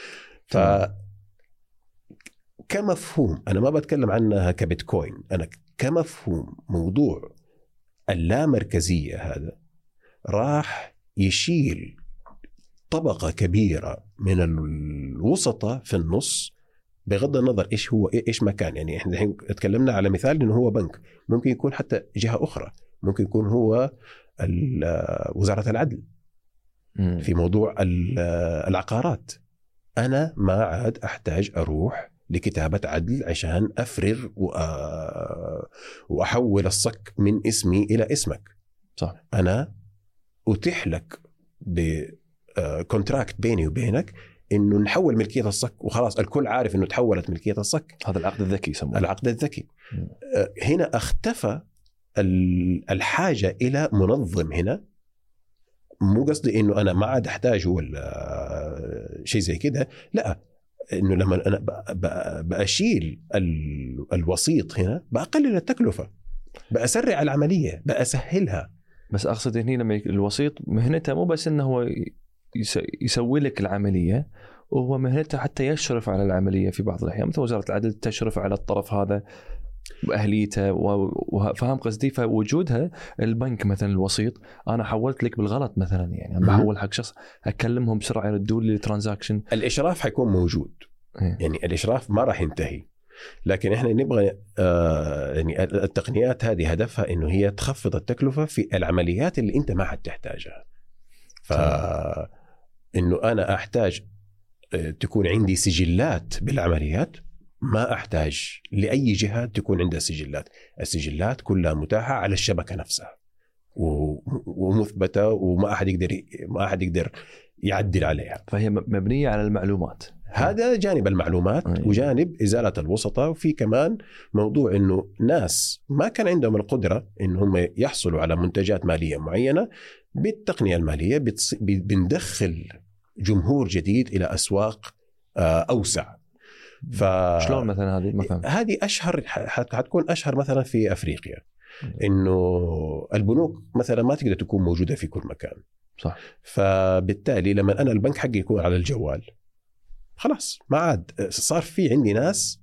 كمفهوم أنا ما بتكلم عنها كبيتكوين، أنا كمفهوم موضوع اللامركزية هذا راح يشيل طبقة كبيرة من الوسطة في النص، بغض النظر إيش هو إيش مكان. يعني إحنا الحين اتكلمنا على مثال إنه هو بنك، ممكن يكون حتى جهة أخرى، ممكن يكون هو وزارة العدل في موضوع العقارات. أنا ما عاد أحتاج أروح لكتابة عدل عشان أفرغ وأحول الصك من اسمي إلى اسمك. صح. أنا أتيح لك بكونتراكت بيني وبينك إنه نحول ملكية الصك، وخلاص الكل عارف إنه تحولت ملكية الصك. هذا العقد الذكي يسمونه. العقد الذكي. هنا اختفى الحاجة إلى منظم. هنا مو قصدي إنه أنا ما عاد أحتاجه ولا شيء زي كده، لا، إنه لما أنا بأشيل الوسيط هنا بأقلل التكلفة، بأسرع العملية، بأسهلها. بس أقصد هنا لما الوسيط مهنته مو بس إنه هو يسوي لك العملية، وهو مهنته حتى يشرف على العملية في بعض الأحيان. مثل وزارة العدل تشرف على الطرف هذا واهليته وفهم قصدي. فوجودها البنك مثلا الوسيط، انا حولت لك بالغلط مثلا، يعني انا بحول حق شخص اكلمهم بسرعه يردوا لي الترانزاكشن. الاشراف حيكون موجود، يعني الاشراف ما راح ينتهي، لكن احنا نبغى يعني التقنيات هذه هدفها انه هي تخفض التكلفه في العمليات اللي انت ما حد تحتاجها. فانه انا احتاج تكون عندي سجلات بالعمليات، ما احتاج لاي جهه تكون عندها سجلات. السجلات كلها متاحه على الشبكه نفسها ومثبته، وما احد يقدر يعدل عليها. فهي مبنيه على المعلومات. هذا جانب المعلومات وجانب ازاله الوسطاء. وفي كمان موضوع انه ناس ما كان عندهم القدره انهم يحصلوا على منتجات ماليه معينه، بالتقنيه الماليه بندخل جمهور جديد الى اسواق اوسع. شلون مثلا هذه اشهر، حتكون اشهر مثلا في افريقيا، انه البنوك مثلا ما تقدر تكون موجوده في كل مكان. صح. فبالتالي لما انا البنك حقي يكون على الجوال، خلاص ما عاد صار في عندي ناس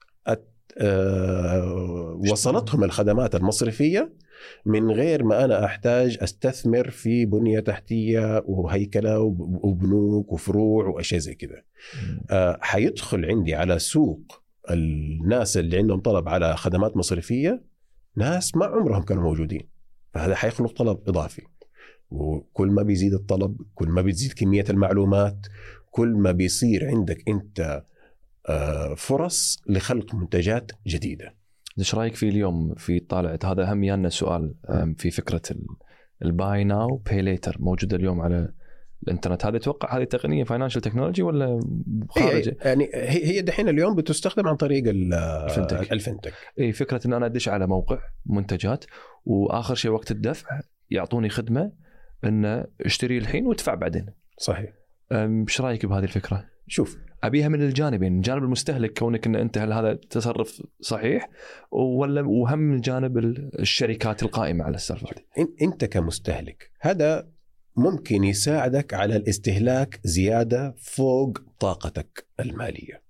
وصلتهم الخدمات المصرفية من غير ما أنا أحتاج أستثمر في بنية تحتية وهيكلة وبنوك وفروع وأشياء زي كده. حيدخل عندي على سوق الناس اللي عندهم طلب على خدمات مصرفية ناس ما عمرهم كانوا موجودين، فهذا حيخلق طلب إضافي. وكل ما بيزيد الطلب، كل ما بتزيد كمية المعلومات، كل ما بيصير عندك أنت فرص لخلق منتجات جديدة. ايش رايك في اليوم في طالعت هذا هم يانا سؤال في فكرة الباي ناو باي ليتر موجودة اليوم على الانترنت؟ هذا اتوقع هذه تقنية فاينانشال تكنولوجي ولا خارجة؟ يعني هي دحين اليوم بتستخدم عن طريق الفنتك. اي فكرة ان انا ادش على موقع منتجات واخر شيء وقت الدفع يعطوني خدمة ان اشتري الحين وادفع بعدين. صحيح. ايش رايك بهذه الفكرة؟ شوف، أبيها من الجانبين، جانب المستهلك كونك أن أنت هل هذا تصرف صحيح، ولا وهم من جانب الشركات القائمة على السالفة هذه؟ أنت كمستهلك هذا ممكن يساعدك على الاستهلاك زيادة فوق طاقتك المالية.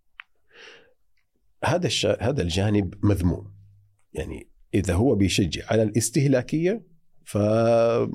هذا الجانب مذموم. يعني إذا هو بيشجع على الاستهلاكية فما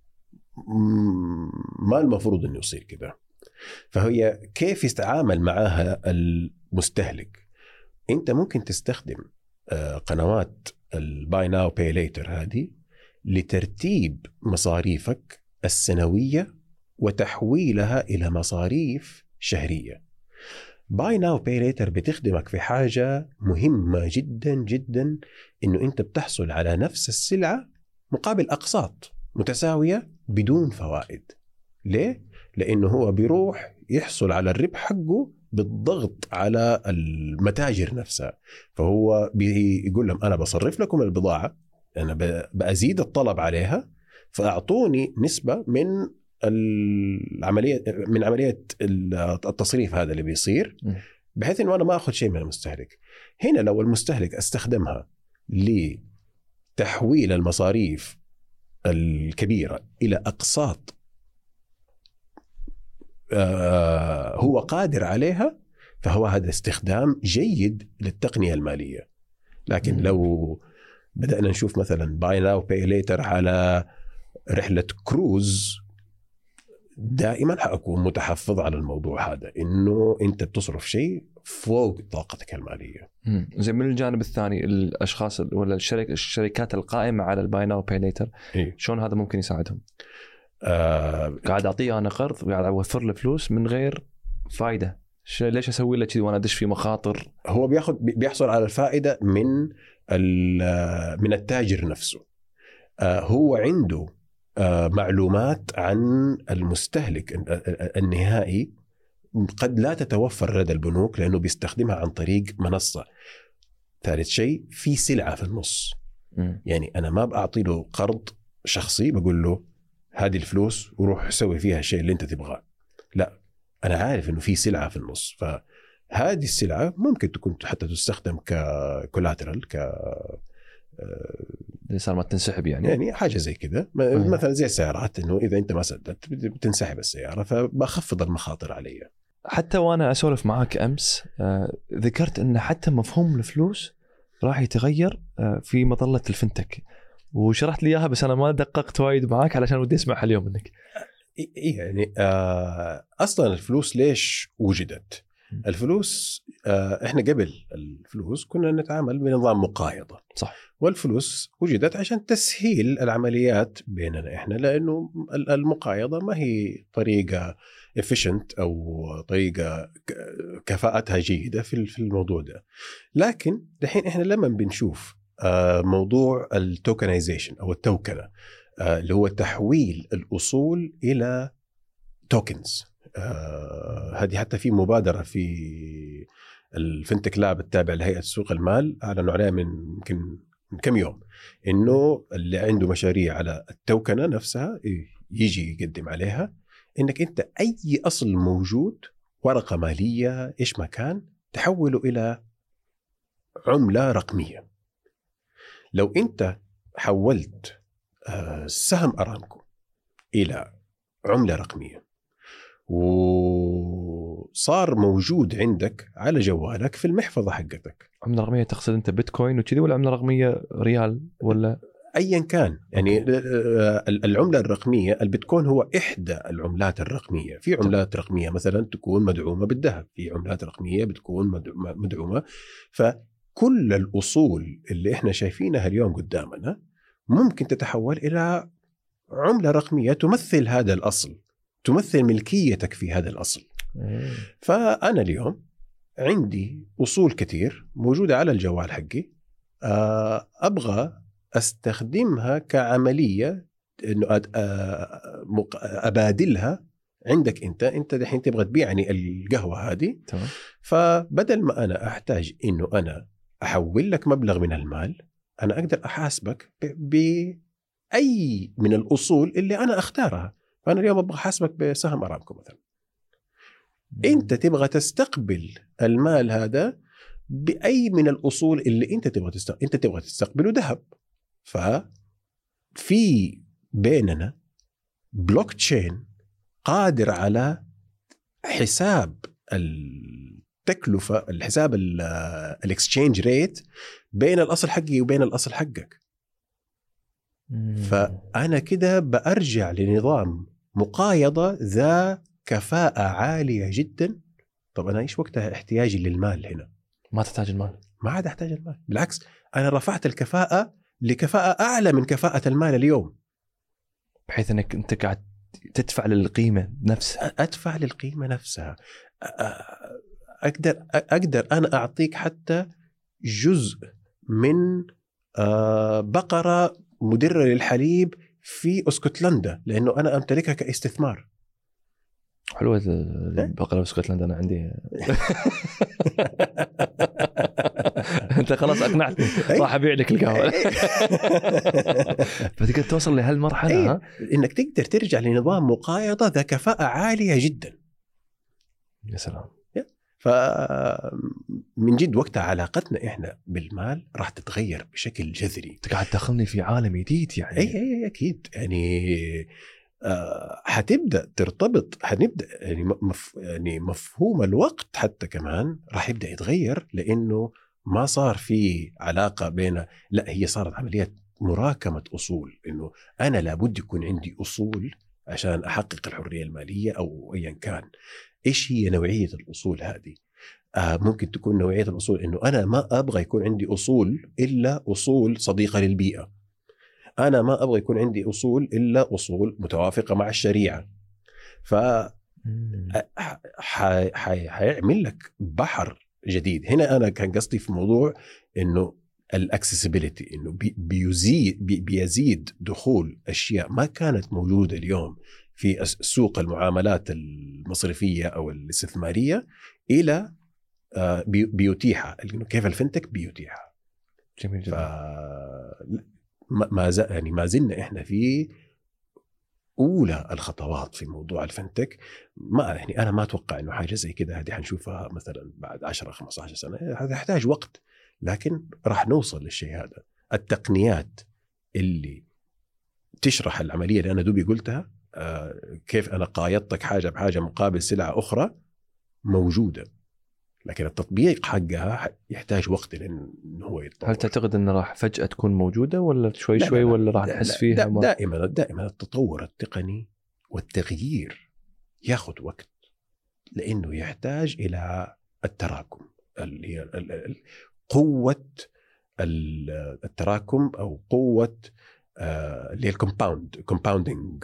المفروض أنه يصير كده. فهي كيف يتعامل معها المستهلك؟ انت ممكن تستخدم قنوات الباي ناو باي ليتر هذه لترتيب مصاريفك السنوية وتحويلها إلى مصاريف شهرية. باي ناو باي ليتر بتخدمك في حاجة مهمة جدا جدا، إنه أنت بتحصل على نفس السلعة مقابل أقساط متساوية بدون فوائد. ليه؟ لأنه هو بيروح يحصل على الربح حقه بالضغط على المتاجر نفسها. فهو بيقول لهم أنا بصرف لكم البضاعة، أنا بأزيد الطلب عليها، فأعطوني نسبة من عملية التصريف هذا اللي بيصير، بحيث أنه أنا ما أخذ شيء من المستهلك. هنا لو المستهلك استخدمها لتحويل المصاريف الكبيرة إلى أقساط هو قادر عليها، فهو هذا استخدام جيد للتقنية المالية. لكن لو بدأنا نشوف مثلا باي ناو باي ليتر على رحلة كروز، دائما حأكون متحفظ على الموضوع هذا، إنه أنت بتصرف شيء فوق طاقتك المالية. زي من الجانب الثاني الأشخاص ولا الشركات القائمة على الباي ناو باي ليتر، شلون هذا ممكن يساعدهم؟ قاعد أعطيه أنا قرض وقاعد أوفر له فلوس من غير فايدة، ليش أسوي له كذي وأنا أدش في مخاطر؟ هو بيحصل على الفائدة من التاجر نفسه. هو عنده معلومات عن المستهلك النهائي قد لا تتوفر لدى البنوك، لأنه بيستخدمها عن طريق منصة. ثالث شيء، في سلعة في النص. يعني أنا ما بأعطي له قرض شخصي بقول له هذه الفلوس وروح سوي فيها الشيء اللي أنت تبغاه، لا، أنا عارف إنه في سلعة في النص، فهذه السلعة ممكن تكون حتى تستخدم ككولاترال، صار ما تنسحب يعني حاجة زي كده. مثلا زي السيارات، إنه إذا أنت ما سددت بتنسحب السيارة، فبخفض المخاطر علي. حتى وأنا أسولف معك أمس ذكرت إن حتى مفهوم الفلوس راح يتغير في مظلة الفنتك، وشرحت لي إياها بس أنا ما دققت وايد معاك علشان ودي أسمعها اليوم منك. يعني أصلا الفلوس ليش وجدت؟ الفلوس إحنا قبل الفلوس كنا نتعامل بنظام مقايضة، صح. والفلوس وجدت عشان تسهيل العمليات بيننا إحنا، لأنه المقايضة ما هي طريقة efficient أو طريقة كفاءتها جيدة في الموضوع ده. لكن دحين إحنا لما بنشوف موضوع التوكنايزيشن أو التوكنة، اللي هو تحويل الأصول إلى توكنز، هذه حتى في مبادرة في الفنتك لاب التابع لهيئة سوق المال أعلنوا عليها من كم يوم، إنه اللي عنده مشاريع على التوكنة نفسها يجي يقدم عليها، إنك أنت أي أصل موجود، ورقة مالية إيش ما كان، تحوله إلى عملة رقمية. لو أنت حولت سهم أرامكو إلى عملة رقمية وصار موجود عندك على جوالك في المحفظة حقتك، عملة رقمية تقصد أنت بيتكوين وكذي، ولا عملة رقمية ريال ولا أيا كان؟ يعني العملة الرقمية البيتكوين هو إحدى العملات الرقمية. في عملات رقمية مثلا تكون مدعومة بالذهب، في عملات رقمية بتكون مدعومة. فكل الأصول اللي إحنا شايفينها اليوم قدامنا ممكن تتحول إلى عملة رقمية تمثل هذا الأصل، تمثل ملكيتك في هذا الأصل. فأنا اليوم عندي أصول كتير موجودة على الجوال حقي، أبغى أستخدمها كعملية إنه أبادلها عندك. أنت دحين تبغى تبيعني القهوة هذه، فبدل ما أنا أحتاج إنه أنا أحول لك مبلغ من المال، أنا أقدر أحاسبك بأي من الأصول اللي أنا أختارها. فأنا اليوم أبغى أحاسبك بسهم أرامكو مثلا، أنت تبغى تستقبل المال هذا بأي من الأصول اللي أنت تبغى تستقبله ذهب. ففي بيننا بلوك تشين قادر على حساب التكلفة، الحساب الاكسشينج ريت بين الأصل حقي وبين الأصل حقك. فأنا كده بأرجع لنظام مقايضة ذا كفاءة عالية جدا. طب أنا إيش وقتها احتياجي للمال هنا؟ ما تحتاج المال، ما عاد أحتاج المال، بالعكس أنا رفعت الكفاءة لكفاءة أعلى من كفاءة المال اليوم، بحيث أنك أنت قاعد تدفع للقيمة نفسها. أدفع للقيمة نفسها. أقدر أنا أعطيك حتى جزء من بقرة مدرة للحليب في اسكتلندا، لأنه أنا أمتلكها كاستثمار. حلوة البقرة في اسكتلندا، أنا عندي. أنت خلاص أقنعتني، راح أبيع لك القهوة. فتقدر توصل لهالمرحلة، إنك تقدر ترجع لنظام مقايضة ذا كفاءة عالية جدا. يا سلام. فمن جد وقتها علاقتنا إحنا بالمال راح تتغير بشكل جذري. أنت قاعد تدخلني في عالم جديد يعني. أي أكيد يعني. حتبدأ ترتبط، حنبدأ يعني مفهوم الوقت حتى كمان راح يبدأ يتغير، لأنه ما صار في علاقة بين، لا هي صارت عملية مراكمة أصول، إنه أنا لابد يكون عندي أصول عشان أحقق الحرية المالية أو أيا كان. إيش هي نوعية الأصول هذه؟ ممكن تكون نوعية الأصول إنه أنا ما أبغى يكون عندي أصول إلا أصول صديقة للبيئة، أنا ما أبغى يكون عندي أصول إلا أصول متوافقة مع الشريعة. حيعمل لك بحر جديد. هنا أنا كان قصدي في موضوع إنه الأكسسبيليتي، إنه بيزيد دخول أشياء ما كانت موجودة اليوم في سوق المعاملات المصرفية أو الاستثمارية إلى بيتيحها. كيف الفنتك بيتيحها. جميل جدا. ما زلنا إحنا في أولى الخطوات في موضوع الفنتك. يعني أنا ما أتوقع إنه حاجة زي كده هذه حنشوفها مثلا بعد 10-15 سنة، هذا يحتاج وقت، لكن راح نوصل للشيء هذا. التقنيات اللي تشرح العملية اللي أنا دوبي قلتها، كيف أنا قايضتك حاجة بحاجة مقابل سلعة أخرى، موجودة، لكن التطبيق حقها يحتاج وقت لأنه هو يتطور. هل تعتقد أنه راح فجأة تكون موجودة ولا شوي شوي ولا راح نحس فيها؟ دائما التطور التقني والتغيير ياخذ وقت، لأنه يحتاج إلى التراكم اللي هي قوة التراكم أو قوة اللي هي الكومباوندينج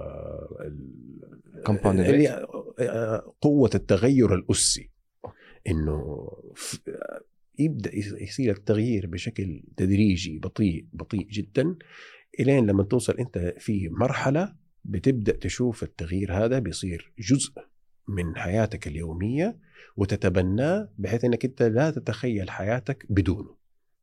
اللي قوة التغير الأسي، إنه يبدأ يصير التغيير بشكل تدريجي بطيء جدا، إلين لما توصل أنت في مرحلة بتبدأ تشوف التغيير هذا بيصير جزء من حياتك اليومية وتتبناه، بحيث أنك أنت لا تتخيل حياتك بدونه.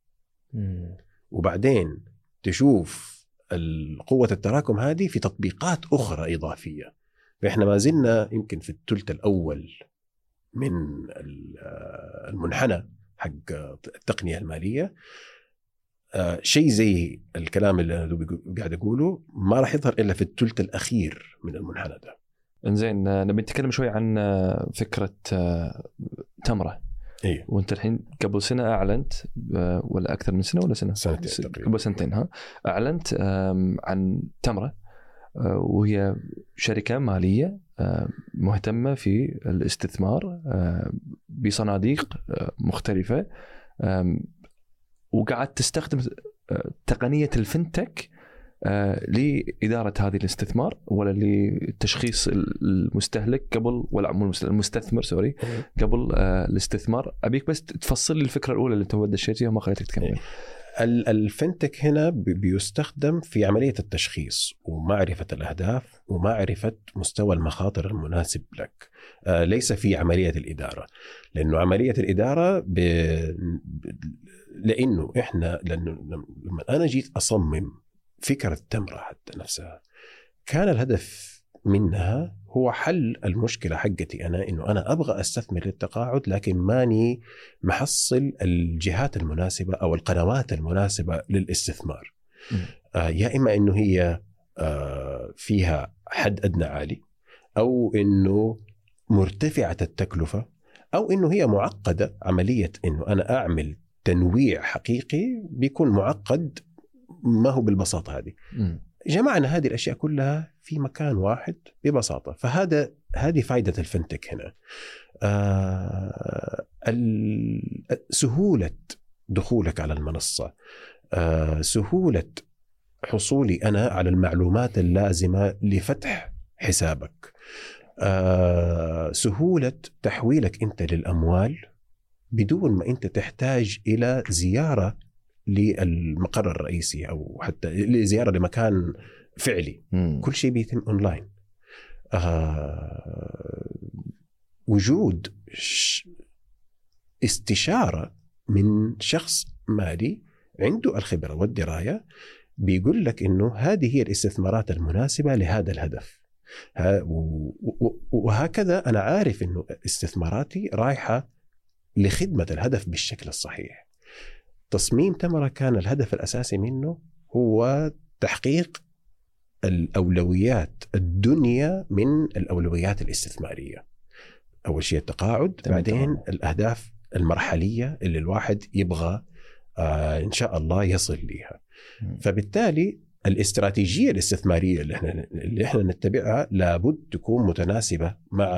وبعدين تشوف قوة التراكم هذه في تطبيقات أخرى إضافية. فإحنا ما زلنا يمكن في الثلث الأول من المنحنى حق التقنية المالية. شيء زي الكلام اللي أنا قاعد أقوله ما راح يظهر إلا في الثلث الأخير من المنحنى ده. إنزين، نبي نتكلم شوي عن فكرة تمرة. إيه. وانت الحين قبل سنة أعلنت، ولا أكثر من سنة ولا سنتين قبل سنتين أعلنت عن تمرة، وهي شركة مالية مهتمة في الاستثمار بصناديق مختلفة، وقاعد تستخدم تقنية الفنتك لإدارة هذه الاستثمار ولا لتشخيص المستهلك قبل، ولا المستثمر سوري، قبل الاستثمار. أبيك بس تفصل لي الفكرة الأولى اللي تودى الشيء وما خليتك تكمل. الفنتك هنا بيستخدم في عملية التشخيص ومعرفة الأهداف ومعرفة مستوى المخاطر المناسب لك، ليس في عملية الإدارة. لأنه عملية الإدارة لأنه لما أنا جيت أصمم فكرة تمرة حتى نفسها، كان الهدف منها هو حل المشكلة حقتي أنا، إنه أنا أبغى أستثمر للتقاعد لكن ماني محصل الجهات المناسبة أو القنوات المناسبة للاستثمار. يا إما إنه هي فيها حد أدنى عالي، أو إنه مرتفعة التكلفة، أو إنه هي معقدة. عملية إنه أنا أعمل تنويع حقيقي بيكون معقد، ما هو بالبساطة هذه. جمعنا هذه الأشياء كلها في مكان واحد ببساطة. هذه فائدة الفنتك هنا. سهولة دخولك على المنصة، سهولة حصولي أنا على المعلومات اللازمة لفتح حسابك، سهولة تحويلك أنت للأموال بدون ما أنت تحتاج إلى زيارة للمقر الرئيسي أو حتى زيارة لمكان فعلي. كل شيء بيتم أونلاين. وجود استشارة من شخص مالي عنده الخبرة والدراية بيقول لك إنه هذه هي الاستثمارات المناسبة لهذا الهدف. وهكذا أنا عارف إنه استثماراتي رايحة لخدمة الهدف بالشكل الصحيح. تصميم تمرة كان الهدف الأساسي منه هو تحقيق الأولويات الدنيا من الأولويات الاستثمارية. أول شيء التقاعد، بعدين الأهداف المرحلية اللي الواحد يبغى إن شاء الله يصل ليها. فبالتالي الاستراتيجية الاستثمارية اللي احنا نتبعها لابد تكون متناسبة مع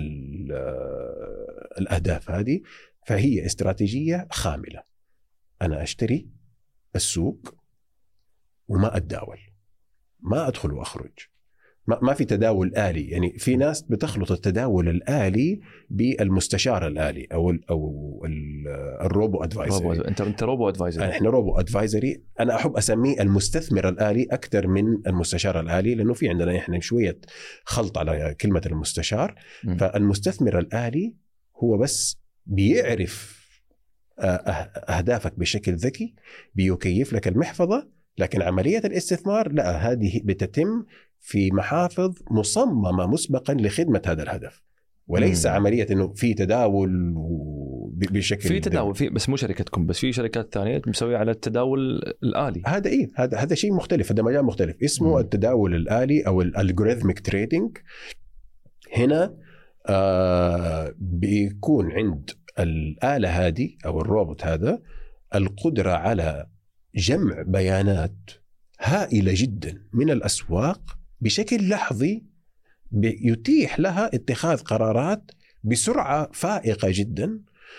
الأهداف هذه. فهي استراتيجية خاملة. أنا أشتري السوق وما أتداول، ما أدخل وأخرج، ما في تداول آلي. يعني في ناس بتخلط التداول الآلي بالمستشار الآلي أو الروبو أدفايزري. أنت روبو أدفايزري. إحنا روبو أدفايزري. أنا أحب أسميه المستثمر الآلي أكثر من المستشار الآلي، لأنه في عندنا إحنا شوية خلط على كلمة المستشار. فالمستثمر الآلي هو بس بيعرف أهدافك بشكل ذكي، بيكيف لك المحفظة. لكن عملية الاستثمار لا، هذه بتتم في محافظ مصممة مسبقا لخدمة هذا الهدف، وليس عملية إنه في تداول بشكل في تداول في، بس مو شركتكم، بس في شركات ثانية مسوية على التداول الآلي. هذا شيء مختلف، هذا مجال مختلف اسمه التداول الآلي أو الالجوريثميك تريدينج. هنا بيكون عند الآلة هذه أو الروبوت هذا القدرة على جمع بيانات هائلة جدا من الأسواق بشكل لحظي يتيح لها اتخاذ قرارات بسرعة فائقة جدا.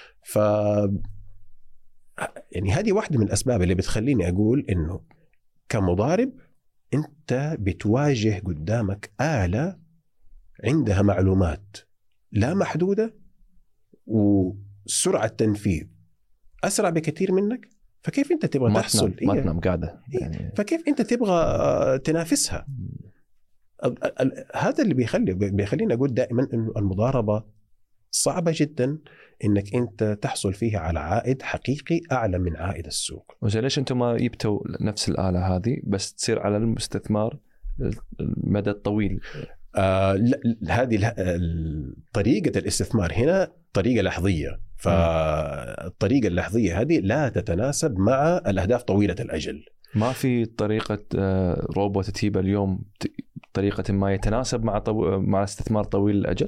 يعني هذه واحدة من الأسباب اللي بتخليني أقول إنه كمضارب أنت بتواجه قدامك آلة عندها معلومات لا محدودة وسرعة تنفيذ أسرع بكثير منك، فكيف أنت تبغى تحصل ما تنام قاعدة يعني. فكيف أنت تبغى تنافسها؟ هذا اللي بيخليني أقول دائما إنه المضاربة صعبة جدا إنك أنت تحصل فيها على عائد حقيقي أعلى من عائد السوق. وزي ليش أنتم ما يبتوا نفس الآلة هذه بس تصير على المستثمار المدى الطويل؟ هذه طريقة الاستثمار هنا طريقة لحظية، فالطريقة اللحظية هذه لا تتناسب مع الأهداف طويلة الأجل. ما في طريقة روبوت تجيب اليوم طريقة ما يتناسب مع استثمار طويل الأجل؟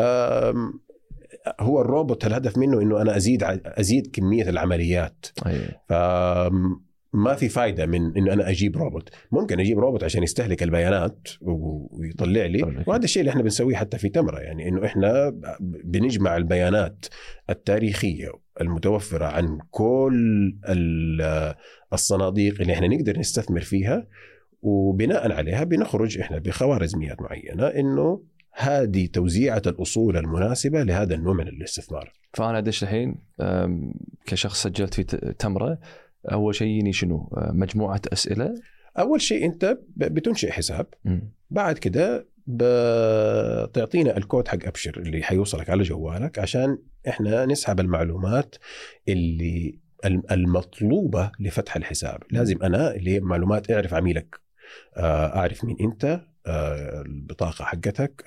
هو الروبوت الهدف منه إنه أنا أزيد كمية العمليات. ما في فايدة من إنه أنا أجيب روبوت. ممكن أجيب روبوت عشان يستهلك البيانات ويطلع لي، وهذا الشيء اللي إحنا بنسويه حتى في تمرة، يعني إنه إحنا بنجمع البيانات التاريخية المتوفرة عن كل الصناديق اللي إحنا نقدر نستثمر فيها، وبناء عليها بنخرج إحنا بخوارزميات معينة إنه هذه توزيعة الأصول المناسبة لهذا النوع من الاستثمار. فأنا أدش الحين كشخص سجلت في تمرة، أول شيء يني شنو؟ مجموعة أسئلة. أول شيء أنت بتنشئ حساب، بعد كده بتعطينا الكود حق أبشر اللي حيوصلك على جوالك عشان إحنا نسحب المعلومات اللي المطلوبة لفتح الحساب. لازم أنا اللي هي معلومات أعرف عميلك، أعرف مين أنت، البطاقة حقتك،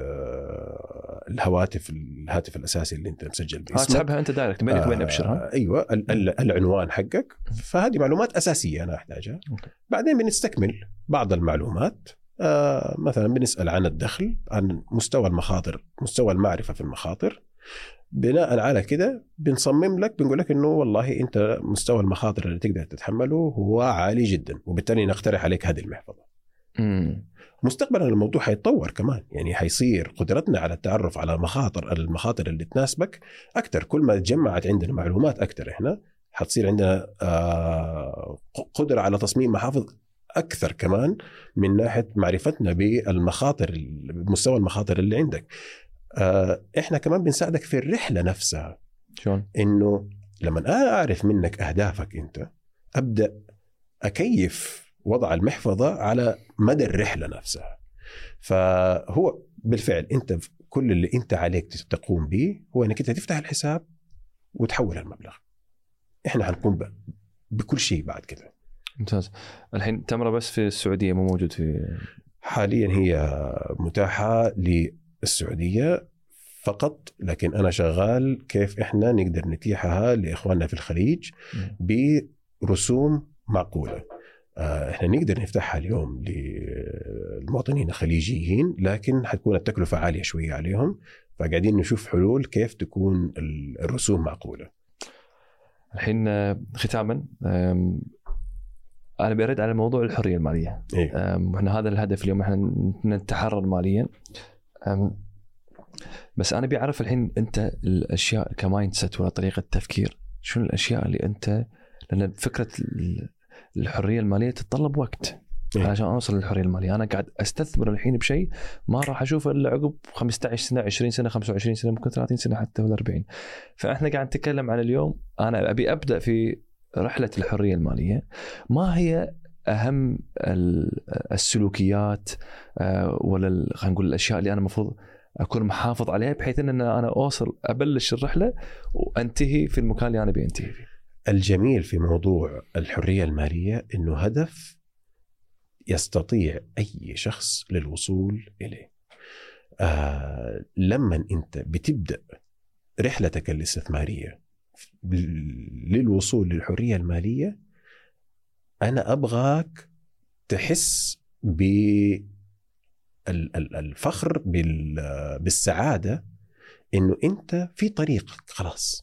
الهاتف الأساسي اللي أنت مسجل باسمك، تسحبها أنت دايركت بينك وبين أبشر. أيوة، العنوان حقك. فهذه معلومات أساسية أنا أحتاجها. بعدين بنستكمل بعض المعلومات، مثلا بنسأل عن الدخل، عن مستوى المخاطر، مستوى المعرفة في المخاطر. بناء على كده بنصمم لك، بنقول لك إنه والله أنت مستوى المخاطر اللي تقدر تتحمله هو عالي جدا، وبالتالي نقترح عليك هذه المحفظة. مستقبلا الموضوع حيتطور كمان، يعني حيصير قدرتنا على التعرف على المخاطر اللي تناسبك أكتر. كل ما تجمعت عندنا معلومات أكتر، إحنا حتصير عندنا قدرة على تصميم محافظ أكثر كمان من ناحية معرفتنا بالمخاطر، بمستوى المخاطر اللي عندك. إحنا كمان بنساعدك في الرحلة نفسها. شون؟ إنه لما أنا أعرف منك أهدافك أنت، أبدأ أكيف وضع المحفظة على مدى الرحلة نفسها. فهو بالفعل أنت كل اللي أنت عليك تقوم به هو أنك أنت تفتح الحساب وتحول المبلغ. إحنا هنقوم بكل شيء بعد كده. ممتاز. الحين تمرة بس في السعودية، مو موجود في حاليا؟ هي متاحة للسعودية فقط، لكن أنا شغال كيف إحنا نقدر نتيحها لإخواننا في الخليج برسوم معقولة. إحنا نقدر نفتحها اليوم للمواطنين الخليجيين، لكن حتكون التكلفة عالية شوية عليهم، فقاعدين نشوف حلول كيف تكون الرسوم معقولة. الحين ختاما، أنا برد على موضوع الحرية المالية. إحنا هذا الهدف اليوم، إحنا نتحرر ماليا. بس أنا بيعرف الحين أنت الأشياء كمايند سيت ولا طريقة تفكير، شنو الأشياء اللي أنت، لأن فكرة الحرية المالية تتطلب وقت عشان أوصل للحرية المالية. أنا قاعد أستثمر الحين بشيء ما راح أشوفه إلا عقب 15 سنة 20 سنة 25 سنة ممكن 30 سنة حتى ولا 40. فإحنا قاعد نتكلم عن اليوم، أنا أبي أبدأ في رحلة الحرية المالية. ما هي أهم السلوكيات ولا خلينا نقول الأشياء اللي أنا مفروض أكون محافظ عليها بحيث أن أنا أوصل أبلش الرحلة وأنتهي في المكان اللي أنا بينتهي فيه؟ الجميل في موضوع الحرية المالية إنه هدف يستطيع أي شخص للوصول إليه. لما أنت بتبدأ رحلتك الاستثمارية للوصول للحرية المالية، أنا أبغاك تحس بالفخر بالسعادة إنه أنت في طريق خلاص،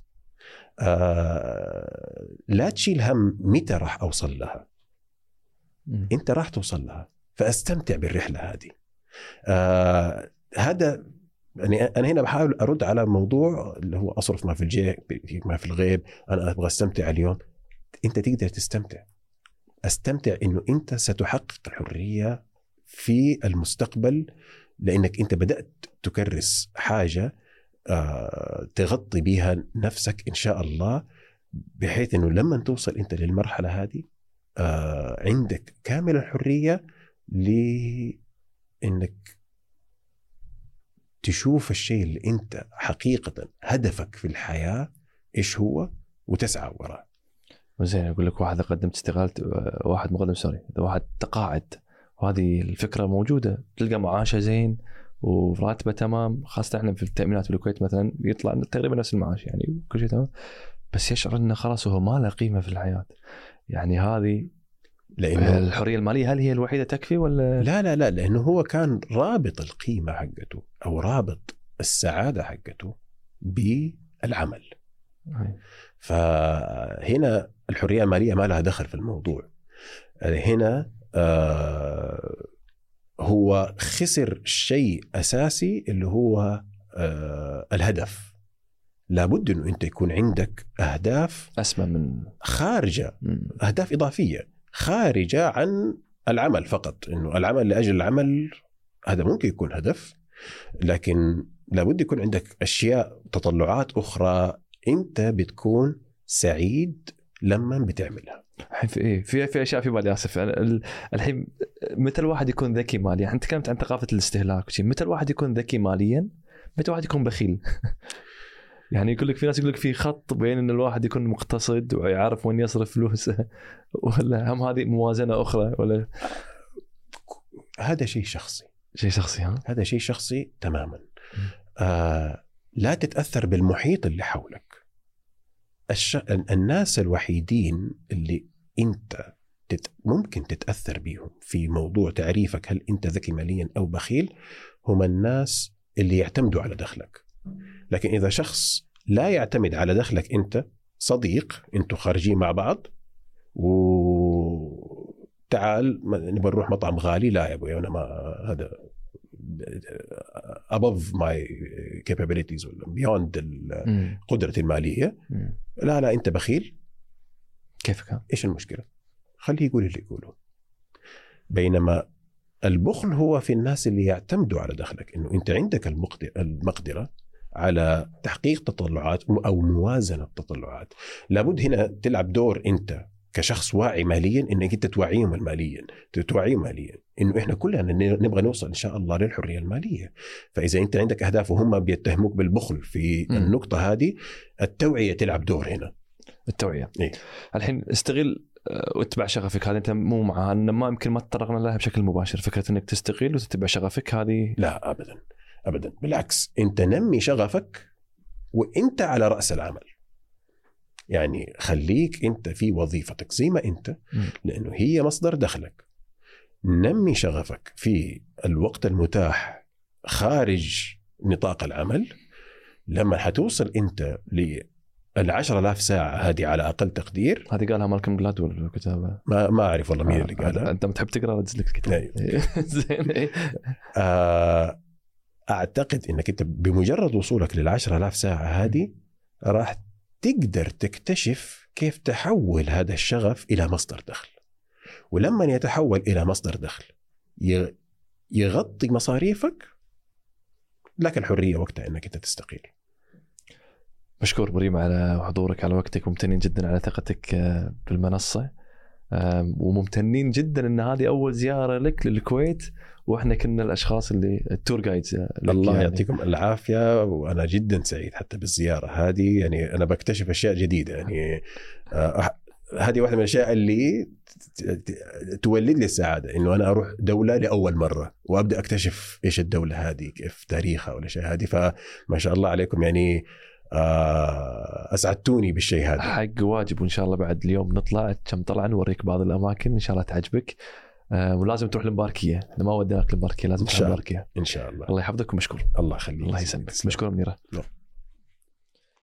لا تشيل هم متى راح أوصل لها، أنت راح توصل لها، فأستمتع بالرحلة هذه. هذا يعني أنا هنا بحاول أرد على موضوع اللي هو أصرف ما في الجيب ما في الغيب، أنا أبغى أستمتع اليوم. أنت تقدر تستمتع، أستمتع إنه أنت ستحقق الحرية في المستقبل، لأنك أنت بدأت تكرس حاجة تغطي بها نفسك إن شاء الله، بحيث إنه لما توصل أنت للمرحلة هذه عندك كامل الحرية لإنك تشوف الشيء اللي أنت حقيقة هدفك في الحياة إيش هو وتسعى وراه. زين، أقول لك واحد قدمت استقالت، واحد مقدم سوري، واحد تقاعد، وهذه الفكرة موجودة، تلقى معاشه زين وراتبه تمام، خاصة احنا في التأمينات بالكويت مثلا بيطلع تقريبا نفس المعاش يعني وكل شيء تمام، بس يشعر انه خلاص هو ما له قيمة في الحياة. يعني هذه لأنه الحرية المالية هل هي الوحيدة تكفي ولا لا لأنه هو كان رابط القيمة حقته أو رابط السعادة حقته بالعمل. فهنا الحرية المالية ما لها دخل في الموضوع. هنا هو خسر شيء أساسي اللي هو الهدف. لابد أنه أنت يكون عندك أهداف أسمى من خارجة، أهداف إضافية خارجة عن العمل فقط. إنه العمل لأجل العمل هذا ممكن يكون هدف، لكن لابد يكون عندك أشياء تطلعات أخرى أنت بتكون سعيد لما بتعملها. في اشياء في بالي اسف. الحين متى الواحد يكون ذكي ماليا؟ انت تكلمت عن ثقافه الاستهلاك وشيء، متى الواحد يكون ذكي ماليا، متى الواحد يكون بخيل؟ يعني يقول لك في ناس يقول لك في خط بين ان الواحد يكون مقتصد ويعرف وين يصرف فلوسه، ولا هم هذه موازنه اخرى، ولا هذا شيء شخصي؟ شيء شخصي. هذا شيء شخصي تماما. لا تتاثر بالمحيط اللي حولك. الناس الوحيدين اللي أنت ممكن تتأثر بيهم في موضوع تعريفك هل أنت ذكي ماليا أو بخيل هم الناس اللي يعتمدوا على دخلك. لكن إذا شخص لا يعتمد على دخلك، أنت صديق، أنتوا خارجين مع بعض وتعال نبغى نروح مطعم غالي، لا يا أبوي أنا ما هذا above my capabilities ولا beyond قدرتي المالية، لا أنت بخيل. كيفك؟ إيش المشكلة؟ خليه يقول اللي يقوله. بينما البخل هو في الناس اللي يعتمدوا على دخلك، إنه أنت عندك المقدرة على تحقيق تطلعات أو موازنة تطلعات. لابد هنا تلعب دور أنت كشخص واعي ماليا، إنك أنت توعيهم ماليا إنه إحنا كلنا نبغى نوصل إن شاء الله للحرية المالية. فإذا أنت عندك أهداف وهم بيتهموك بالبخل في النقطة هذه، التوعية تلعب دور هنا. التوعية. الحين استغل واتبع شغفك. هذا أنت مو معها، أن ما يمكن ما تطرقنا لها بشكل مباشر، فكرة إنك تستغل وتتبع شغفك هذه لا أبدا بالعكس، أنت نمي شغفك وأنت على رأس العمل. يعني خليك أنت في وظيفتك زي ما أنت، لأنه هي مصدر دخلك. نمي شغفك في الوقت المتاح خارج نطاق العمل. لما حتوصل أنت ل10,000 ساعة هذه على أقل تقدير، هذه قالها مالكم جلادويل الكتابة، ما أعرف والله مين اللي قالها. أنت بتحب تقرأ رجل الكتاب. زين. أعتقد أنك أنت بمجرد وصولك ل10,000 ساعة هذه راح تقدر تكتشف كيف تحول هذا الشغف إلى مصدر دخل. ولما يتحول إلى مصدر دخل يغطي مصاريفك، لك الحرية وقتها أنك أنت تستقيل. مشكور بريم على حضورك، على وقتك، وممتنين جدا على ثقتك بالمنصة، وممتنين جدا أن هذه أول زيارة لك للكويت، وإحنا كنا الأشخاص اللي التور جايدز. الله يعني يعطيكم العافية، وأنا جدا سعيد حتى بالزيارة هذه. يعني أنا بكتشف أشياء جديدة. يعني هذه واحدة من الأشياء اللي تولد لي السعادة، إنه أنا أروح دولة لأول مرة وأبدأ أكتشف إيش الدولة هذه، كيف تاريخها ولا شيء هذه. فما شاء الله عليكم، يعني أسعدتوني بالشيء هذا. حق واجب، وإن شاء الله بعد اليوم نطلع كم طلعا نوريك بعض الأماكن إن شاء الله تعجبك. ولازم تروح لمباركية، إحنا ما ودناك لمباركية، لازم تروح لمباركية إن شاء الله. الله يحفظك ومشكور. الله يخليك. الله يسلمك. مشكور منيرة.